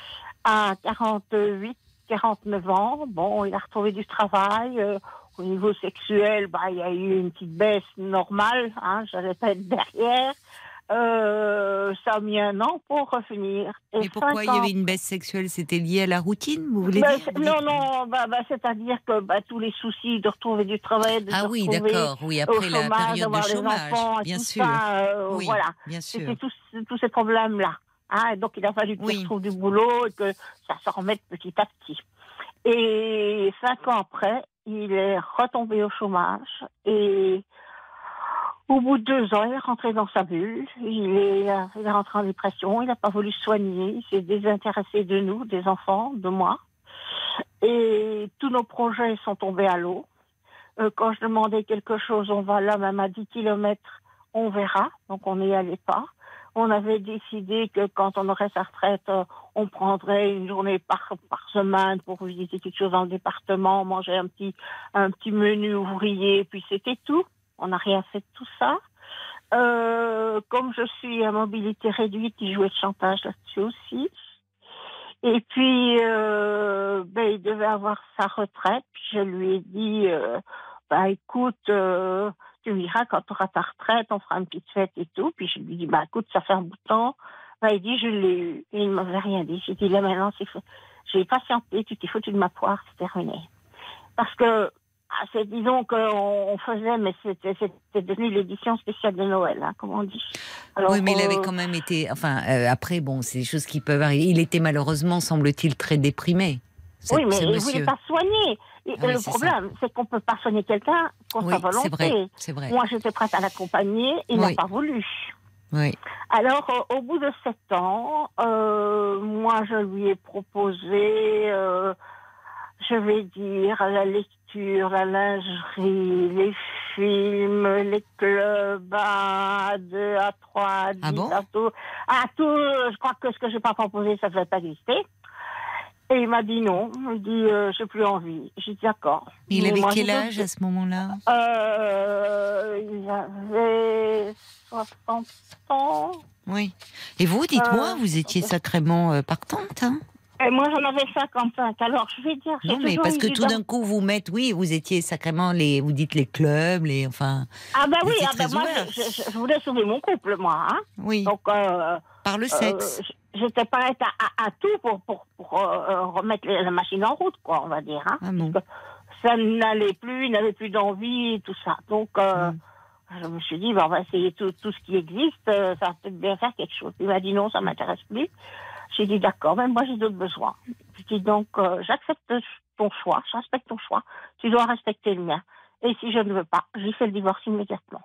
à quarante-huit, quarante-neuf ans. Bon, il a retrouvé du travail. Euh, au niveau sexuel, bah, il y a eu une petite baisse normale, hein, j'allais pas être derrière. euh, ça a mis un an pour revenir. Et Mais pourquoi il y avait une baisse sexuelle? C'était lié à la routine, vous voulez bah, dire? Non, non, bah, bah, c'est-à-dire que bah, tous les soucis de retrouver du travail, de Ah se oui, retrouver d'accord, oui, au après la chômage, période de d'avoir les chômage, enfants et bien tout sûr. ça, euh, Oui, voilà. bien sûr. C'était tous, tous ces problèmes-là. Hein, et donc il a fallu qu'il Oui. retrouve du boulot et que ça se remette petit à petit. Et cinq ans après, il est retombé au chômage et au bout de deux ans, il est rentré dans sa bulle. Il est, il est rentré en dépression. Il n'a pas voulu se soigner. Il s'est désintéressé de nous, des enfants, de moi. Et tous nos projets sont tombés à l'eau. Euh, quand je demandais quelque chose, on va là, même à dix kilomètres, on verra. Donc on n'y allait pas. On avait décidé que quand on aurait sa retraite, euh, on prendrait une journée par, par semaine pour visiter quelque chose dans le département, manger un petit, un petit menu ouvrier, puis c'était tout. On n'a rien fait de tout ça. Euh, comme je suis à mobilité réduite, il jouait de chantage là-dessus aussi. Et puis, euh, ben, il devait avoir sa retraite. Puis je lui ai dit, euh, bah, écoute, euh, tu me diras quand tu auras ta retraite, on fera une petite fête et tout. Puis je lui ai dit, bah, écoute, ça fait un bout de temps. Ben, il dit, je l'ai eu. Et il ne m'avait rien dit. J'ai dit, là, maintenant, c'est fait. J'ai patienté, tu t'es foutu de ma poire, c'est terminé. Parce que, ah, c'est, disons qu'on on faisait, mais c'était, c'était devenu l'édition spéciale de Noël, hein, comme on dit. Alors, oui, mais il avait euh, quand même été... Enfin, euh, après, bon, c'est des choses qui peuvent arriver. Il était malheureusement, semble-t-il, très déprimé. Cette, oui, mais ce il ne monsieur. voulait pas soigner. Et Ah oui, le c'est problème, ça. c'est qu'on ne peut pas soigner quelqu'un contre Oui, sa volonté. c'est vrai, c'est vrai. Moi, j'étais prête à l'accompagner, il Oui. n'a pas voulu. Oui. Alors, euh, au bout de sept ans, euh, moi, je lui ai proposé, euh, je vais dire, la lecture, la lingerie, les films, les clubs, à deux, à trois, à dix, Ah bon à tout. À tout, je crois que ce que je n'ai pas proposé, ça ne devait pas exister. Et il m'a dit non. Il dit, euh, j'ai plus envie. J'ai dit d'accord. Il Mais avait moi, quel j'ai âge d'autres- à ce moment-là? euh, Il avait soixante ans. Oui. Et vous, dites-moi, Euh, vous étiez sacrément euh, partante, hein? Et moi, j'en avais cinquante-cinq. Alors, je vais dire... j'ai Non, mais toujours parce eu que du tout dam- d'un coup, vous mettez... Oui, vous étiez sacrément les... Vous dites les clubs, les... Enfin... Ah ben vous oui, étiez ah ben très moi, ouverte. je, je- je voulais sauver mon couple, moi. Hein. Oui, Donc, euh, par le euh, sexe. j'étais prête à, à, à tout pour, pour, pour euh, remettre la machine en route, quoi, on va dire. Hein. Ah bon. Parce que ça n'allait plus, il n'avait plus d'envie et tout ça. Donc, euh, Mm. je me suis dit, ben, on va essayer tout, tout ce qui existe, euh, ça va peut-être bien faire quelque chose. Il m'a dit non, ça m'intéresse plus. J'ai dit d'accord, mais moi j'ai d'autres besoins. Je dis donc, euh, j'accepte ton choix, je respecte ton choix, tu dois respecter le mien. Et si je ne veux pas, j'ai fait le divorce immédiatement.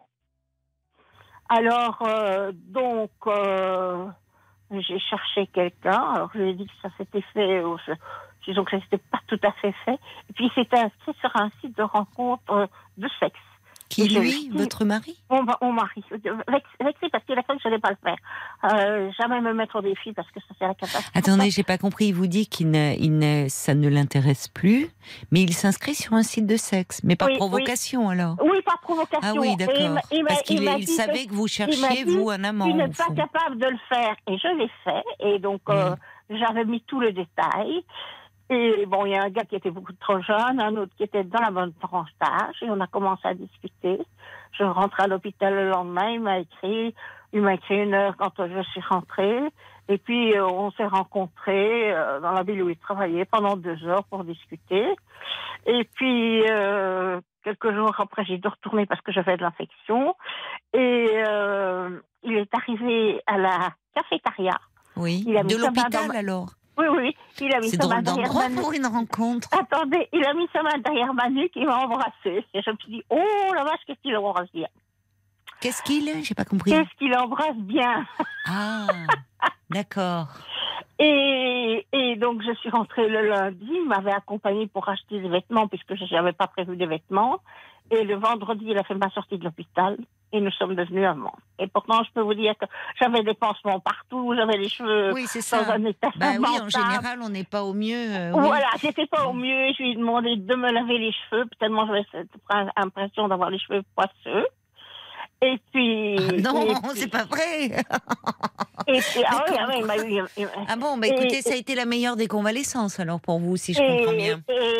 Alors, euh, donc, euh, j'ai cherché quelqu'un, alors je lui ai dit que ça s'était fait, euh, disons que ça s'était pas tout à fait fait, et puis il s'était inscrit sur un site de rencontre euh, de sexe. Qui, Et je- lui, votre mari? Mon, mon mari, Vex- vexé parce qu'il a cru que je n'allais pas le faire. Euh, jamais me mettre au défi parce que ça c'est la catastrophe. Attendez, j'ai pas compris. Il vous dit qu'il ne, il ne, ça ne l'intéresse plus, mais il s'inscrit sur un site de sexe, mais par Oui, provocation alors. Oui, par provocation. Ah oui, Et il d'accord. m'a- il m'a- Parce qu'il il m'a il dit savait que vous il m'a cherchiez, dit, vous, un amant. Tu au n'es pas fond. capable de le faire. Et je l'ai fait. Et donc, euh, j'avais mis tout le détail. Et bon, il y a un gars qui était beaucoup trop jeune, un autre qui était dans la bonne tranche d'âge. Et on a commencé à discuter. Je rentrais à l'hôpital le lendemain. Il m'a écrit. Il m'a écrit une heure quand je suis rentrée. Et puis, euh, on s'est rencontrés euh, dans la ville où il travaillait pendant deux heures pour discuter. Et puis, euh, quelques jours après, j'ai dû retourner parce que j'avais de l'infection. Et euh, il est arrivé à la cafétéria. Oui, Il a mis de sa main l'hôpital dans ma- alors. Oui, oui, il a mis C'est sa main drôle derrière d'endroit ma nuque. pour une rencontre. Attendez, il a mis sa main derrière ma nuque, il m'a embrassé. Et je me suis dit, oh la vache, qu'est-ce qu'il embrasse bien. Qu'est-ce qu'il est? J'ai pas compris. Qu'est-ce qu'il embrasse bien. Ah, d'accord. Et, et donc, je suis rentrée le lundi. Il m'avait accompagnée pour acheter des vêtements, puisque je n'avais pas prévu de vêtements. Et le vendredi, il a fait ma sortie de l'hôpital. Et nous sommes devenus amants. Et pourtant, je peux vous dire que j'avais des pansements partout. J'avais les cheveux Oui, c'est dans ça. un état Bah oui, en lamentable. général, on n'est pas au mieux. euh, oui. Voilà, j'étais pas au mieux. Je lui ai demandé de me laver les cheveux. Tellement j'avais cette impression d'avoir les cheveux poisseux. Et puis... Ah non, et c'est puis- pas vrai. Et puis, ah oui, ah oui, il m'a eu... il m'a- Ah bon, bah Et- écoutez, ça a été la meilleure des convalescences alors pour vous, si je et, comprends bien. et,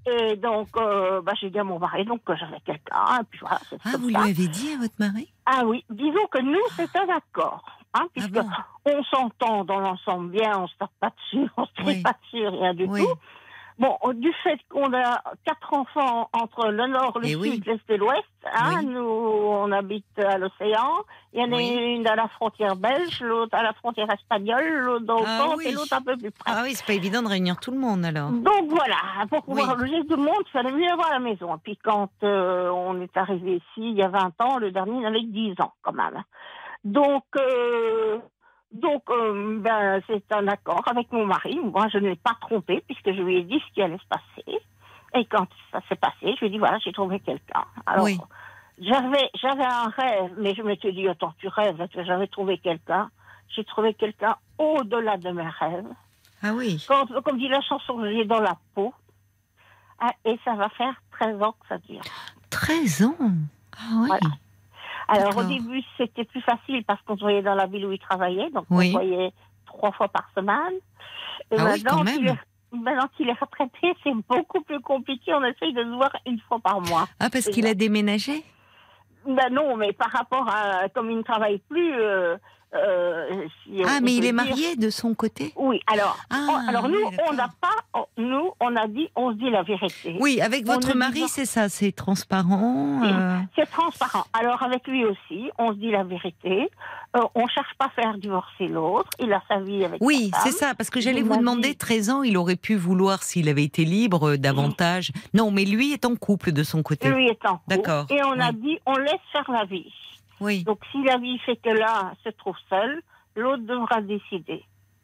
Et donc, euh, bah, j'ai dit à mon mari donc, que j'avais quelqu'un. Et puis voilà, c'est Ah, comme vous ça. lui avez dit à votre mari? Ah oui, disons que nous, c'est un accord. Hein, puisque Ah bon? on s'entend dans l'ensemble bien, on se tape pas dessus, on se crie Oui. pas dessus, rien du Oui. tout. Bon, du fait qu'on a quatre enfants entre le nord, le Eh sud, oui. l'est et l'ouest, hein, Oui. nous, on habite à l'océan. Il y en a Oui. une à la frontière belge, l'autre à la frontière espagnole, l'autre dans le Ah centre oui. et l'autre un peu plus près. Ah oui, c'est pas évident de réunir tout le monde alors. Donc voilà, pour pouvoir Oui. loger tout le monde, il fallait mieux avoir la maison. Et puis quand euh, on est arrivé ici, il y a vingt ans, le dernier avait dix ans quand même. Donc, euh, donc euh, ben, c'est un accord avec mon mari. Moi, je ne l'ai pas trompé puisque je lui ai dit ce qui allait se passer. Et quand ça s'est passé, je lui ai dit, voilà, j'ai trouvé quelqu'un. Alors, Oui. j'avais, j'avais un rêve, mais je m'étais dit, attends, tu rêves, j'avais trouvé quelqu'un. J'ai trouvé quelqu'un au-delà de mes rêves. Ah oui. Quand, comme dit la chanson, j'ai dans la peau. Ah, et ça va faire treize ans que ça dure. treize ans. Ah oui. Voilà. Alors D'accord. au début, c'était plus facile parce qu'on se voyait dans la ville où il travaillait, donc Oui. on se voyait trois fois par semaine. Et Ah oui, quand qu'il même. est, maintenant qu'il est retraité, c'est beaucoup plus compliqué. On essaye de se voir une fois par mois. Ah, parce C'est qu'il ça. a déménagé? Ben non, mais par rapport à comme il ne travaille plus. Euh, euh, si Ah, on mais peut il est dire- marié de son côté? Oui, alors, Ah, on- alors nous, oui, on n'a d'accord. pas, on- nous, on a dit, on se dit la vérité. Oui, avec On votre ne mari, divorce- c'est ça, c'est transparent. euh, C'est transparent. Alors avec lui aussi, on se dit la vérité. Euh, on cherche pas à faire divorcer l'autre. Il a sa vie avec Oui, sa c'est femme. ça, parce que j'allais Il vous m'a demander, dit- treize ans, il aurait pu vouloir, s'il avait été libre, euh, davantage. Non, mais lui est en couple de son côté. Lui est en couple. D'accord, Et on a oui. dit, on laisse faire la vie. Oui, Donc si la vie fait que l'un se trouve seul, l'autre devra décider.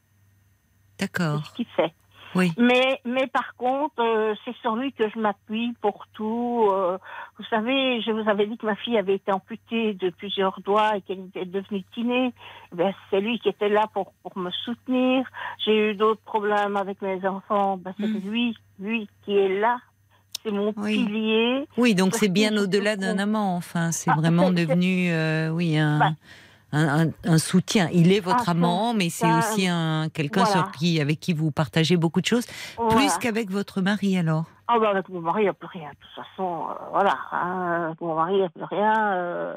C'est d'accord. ce qu'il fait. Oui. Mais, mais par contre, euh, c'est sur lui que je m'appuie pour tout. Euh, vous savez, je vous avais dit que ma fille avait été amputée de plusieurs doigts et qu'elle était devenue kiné. Ben, c'est lui qui était là pour, pour me soutenir. J'ai eu d'autres problèmes avec mes enfants. Ben, c'est Mm. lui, lui qui est là. C'est mon Oui. pilier. Oui, donc Parce c'est que bien je au-delà trouve- d'un amant. Enfin, c'est Ah, vraiment c'est- c'est- devenu, euh, oui, un, Bah. un, un- un soutien. Il est votre Ah, amant, mais c'est ça- aussi un quelqu'un voilà. sur qui, avec qui vous partagez beaucoup de choses, Voilà. plus qu'avec votre mari alors. Ah ben avec mon mari, il n'y a plus rien. De toute façon, euh, voilà. Hein, avec mon mari, il n'y a plus rien. Euh,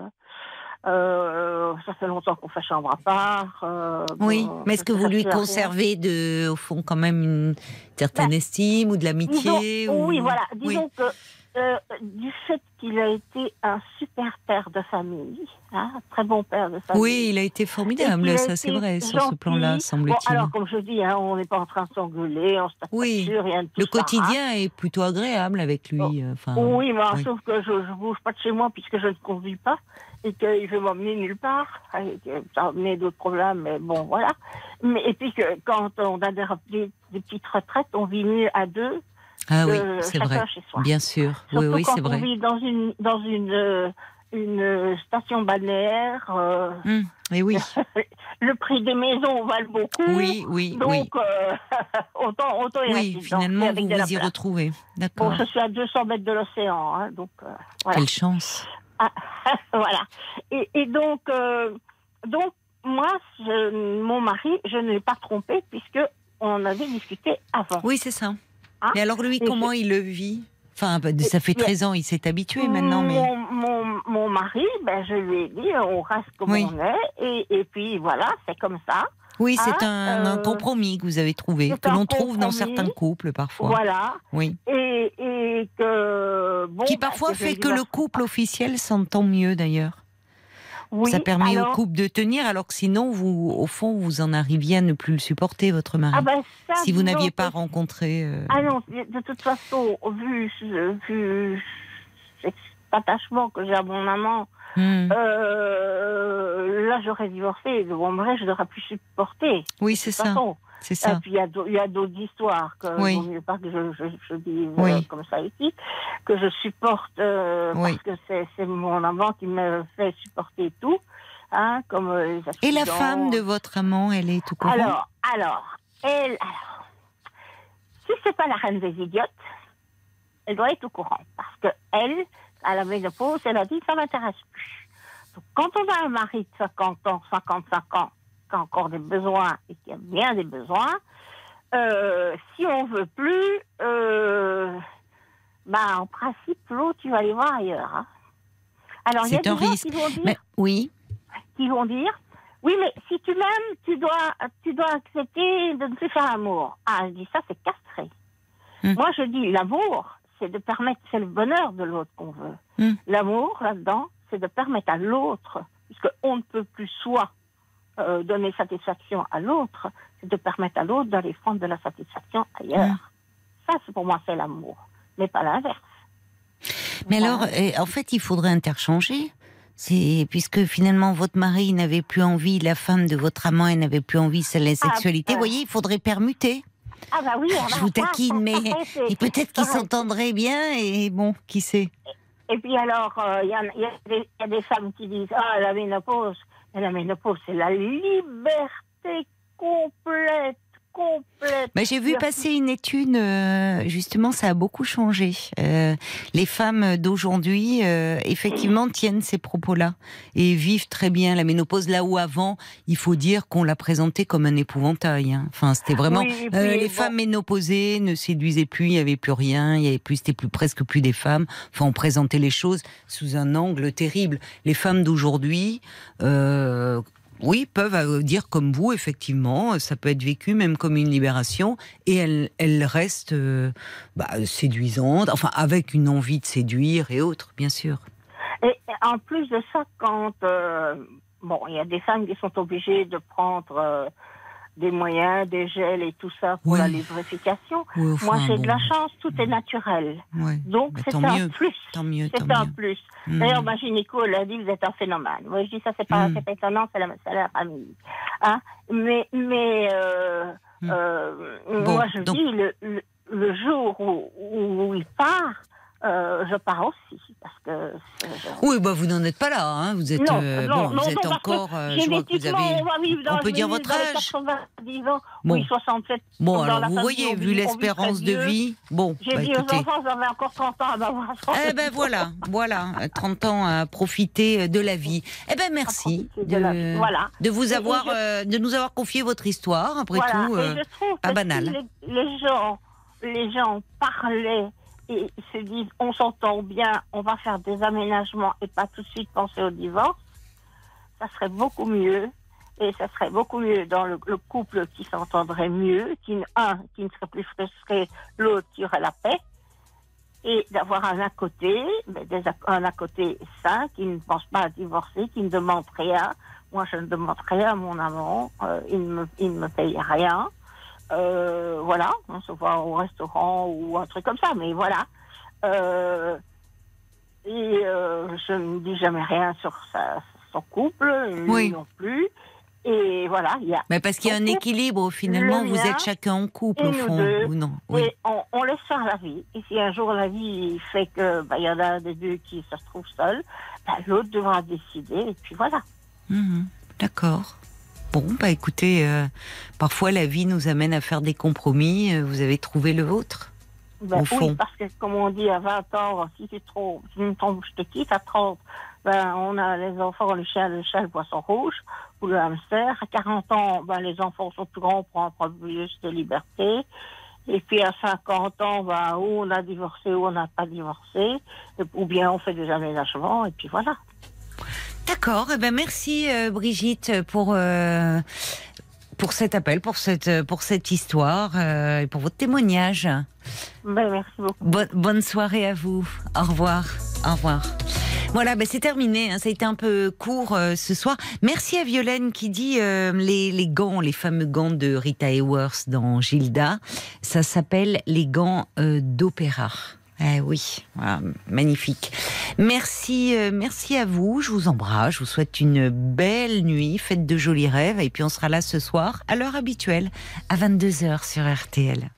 euh, ça fait longtemps qu'on fait chambre à part. Euh, Oui, bon, mais est-ce que ça vous sert lui plus à rien. conservez, de, au fond, quand même une certaine Bah, estime ou de l'amitié? Disons- ou... Oui, voilà. Oui. Disons que euh, du fait qu'il a été un super père de famille, hein, un très bon père de famille. Oui, il a été formidable, Et qu'il a ça c'est été vrai, sur ce gentil. plan-là, Bon, semble-t-il. alors, comme je dis, hein, on n'est pas en train de s'engueuler, on se tape Oui. pas dessus, rien de tout Le ça, hein. quotidien est plutôt agréable avec lui. euh, Enfin, Oui, mais oui. sauf que je ne bouge pas de chez moi puisque je ne conduis pas et qu'il veut m'emmener nulle part. Et que ça a amené d'autres problèmes, mais bon, voilà. Mais, et puis que quand on a des, des, des petites retraites, on vit mieux à deux. Ah oui, euh, c'est chacun vrai. chez soi. Bien sûr. Surtout oui, oui, quand c'est vrai. on vit dans une, dans une, euh, une euh, station balnéaire. euh, Hum, Et oui, le prix des maisons valent beaucoup. oui, oui, Donc, oui. euh, autant, autant y Oui, rester dedans, finalement, avec vous de la vous y place. retrouvez. Bon, D'accord. je suis à deux cents mètres de l'océan, hein, donc euh, voilà. Quelle chance. Ah, voilà. Et, et donc, euh, donc moi, je, mon mari, je ne l'ai pas trompé puisque on avait discuté avant. Oui, c'est ça. Hein Et alors lui, Et comment il le vit? Enfin, bah, ça fait Mais- treize ans, il s'est habitué maintenant, mais... Mon, mon, mon mari, ben, je lui ai dit, on reste comme Oui. on est, et, et puis voilà, c'est comme ça. Oui, c'est Ah, un, un euh, compromis que vous avez trouvé, c'est que un l'on trouve dans compromis. certains couples parfois. Voilà. Oui. Et, et que. Bon, Qui ben, parfois je fait lui que dis, le couple officiel s'entend mieux d'ailleurs. oui, Ça permet alors- au couple de tenir, alors que sinon, vous, au fond, vous en arriviez à ne plus le supporter, votre mari. Ah ben, ça, si vous disons n'aviez que- pas rencontré... euh, Ah non, de toute façon, vu, vu cet attachement que j'ai à mon amant, hmm. euh, là j'aurais divorcé, et mon mari je n'aurais plus supporté. Oui, c'est De toute ça. façon. C'est Et ça. puis il y a d'au- il y a d'autres histoires que Oui. vaut mieux pas que je, je, je dise Oui. euh, comme ça ici, que je supporte euh, Oui. parce que c'est c'est mon amant qui me fait supporter tout, hein, comme euh, les Et la accidents. femme de votre amant, elle est tout courant? Alors, alors, elle, alors, si c'est pas la reine des idiotes, elle doit être au courant. Parce que elle, à la ménopause, elle a dit ça m'intéresse plus. Donc, quand on a un mari de cinquante ans, cinquante-cinq ans, qui a encore des besoins et qui a bien des besoins, euh, si on veut plus, euh, bah, en principe, l'autre, tu vas aller voir ailleurs. Hein. Alors, il y a des gens qui vont dire, mais, oui. qui vont dire, oui, mais si tu m'aimes, tu dois, tu dois accepter de ne plus faire l'amour. Ah, je dis ça, c'est castré. Hum. Moi, je dis, l'amour, c'est de permettre, c'est le bonheur de l'autre qu'on veut. Hum. L'amour, là-dedans, c'est de permettre à l'autre, puisqu'on ne peut plus soi euh, donner satisfaction à l'autre, c'est de permettre à l'autre d'aller prendre de la satisfaction ailleurs. Hum. Ça, c'est pour moi, c'est l'amour, mais pas l'inverse. Mais voilà. Alors, euh, en fait, il faudrait interchanger. C'est, puisque finalement, votre mari n'avait plus envie, la femme de votre amant, elle n'avait plus envie de la sexualité. Ah, vous voyez, il faudrait permuter. Ah bah oui, je vous taquine, mais et peut-être qu'ils s'entendraient bien, et bon, qui sait. Et, et puis alors, il euh, y, y, y a des femmes qui disent, ah, la ménopause, mais la ménopause, c'est la liberté complète. Complète. Bah, j'ai vu passer une étude, euh, justement, ça a beaucoup changé. Euh, les femmes d'aujourd'hui, euh, effectivement, tiennent ces propos-là et vivent très bien la ménopause, là où avant, il faut dire qu'on l'a présentée comme un épouvantail. Hein. Enfin, c'était vraiment... Oui, euh, les bon. femmes ménopausées ne séduisaient plus, il n'y avait plus rien, il y avait plus, c'était plus, presque plus des femmes. Enfin, on présentait les choses sous un angle terrible. Les femmes d'aujourd'hui... Euh, Oui, peuvent dire comme vous, effectivement, ça peut être vécu même comme une libération, et elles, elles restent euh, bah, séduisantes, enfin avec une envie de séduire et autres, bien sûr. Et en plus de ça, quand euh, bon, il y a des femmes qui sont obligées de prendre euh, des moyens, des gels et tout ça pour oui. la lubrification. Oui, enfin, moi, j'ai bon. de la chance, tout est naturel. Oui. Donc, bah, c'est un mieux. plus. Tant mieux, c'est tant un mieux. plus. Mmh. D'ailleurs, ma gynéco, elle a dit, vous êtes un phénomène. Moi, je dis, ça, c'est pas, mmh. c'est pas étonnant, c'est la, c'est la famille. Hein? Mais, mais euh, mmh. euh, bon, moi, je donc... dis, le, le, le jour où, où il part, Euh, je pars aussi parce que. Je... Oui, bah vous n'en êtes pas là, hein. Vous êtes, non, euh, bon, non, vous êtes encore. Euh, je vois que vous avez. On, on peut dire votre âge. quatre-vingt-dix ans, bon. Oui, soixante-sept. Bon, alors vous voyez, vu l'espérance de vie, bon. J'ai bah, dit écoutez. aux enfants, j'avais encore trente ans à m'avoir. Eh ben voilà, voilà, trente ans à profiter de la vie. Eh ben merci de, de, voilà. de vous avoir, je... euh, de nous avoir confié votre histoire. Après voilà. tout, euh, pas banal. Si les, les gens, les gens parlaient. Et se disent, on s'entend bien, on va faire des aménagements et pas tout de suite penser au divorce, ça serait beaucoup mieux. Et ça serait beaucoup mieux dans le, le couple qui s'entendrait mieux, qui, un, qui ne serait plus frustré, l'autre qui aurait la paix. Et d'avoir un à côté, mais des, un à côté sain, qui ne pense pas à divorcer, qui ne demande rien. Moi, je ne demande rien à mon amant, euh, il ne me, il ne me paye rien. Euh, voilà, on se voit au restaurant ou un truc comme ça, mais voilà. Euh, et euh, je ne dis jamais rien sur sa, son couple, lui oui. non plus. Et voilà, il y a. Mais parce qu'il y a un équilibre, finalement, vous êtes chacun en couple, au fond, deux, ou non oui. Et on, on laisse faire la vie. Et si un jour la vie fait que bah, y en a un des deux qui se retrouve seul, bah, l'autre devra décider, et puis voilà. Mmh, d'accord. Bon, bah écoutez, euh, parfois la vie nous amène à faire des compromis. Vous avez trouvé le vôtre, ben, au fond. Oui, parce que comme on dit, à vingt ans, si tu, trop, si tu me trompes, je te quitte. À trente, ben, on a les enfants, le chien, le chat, le poisson rouge, ou le hamster. À quarante ans, ben, les enfants sont plus grands, on prend un peu plus de liberté. Et puis à cinquante ans, ben, ou on a divorcé, ou on n'a pas divorcé, ou bien on fait des aménagements, et puis voilà. D'accord, eh ben merci euh, Brigitte pour euh, pour cet appel, pour cette pour cette histoire euh, et pour votre témoignage. Ben, merci beaucoup. Bonne, bonne soirée à vous. Au revoir. Au revoir. Voilà, ben c'est terminé. Hein, ça a été un peu court euh, ce soir. Merci à Violaine qui dit euh, les les gants, les fameux gants de Rita Hayworth dans Gilda. Ça s'appelle les gants euh, d'opéra. Eh oui, voilà, magnifique. Merci, euh, merci à vous. Je vous embrasse. Je vous souhaite une belle nuit. Faites de jolis rêves. Et puis on sera là ce soir à l'heure habituelle, à vingt-deux heures sur R T L.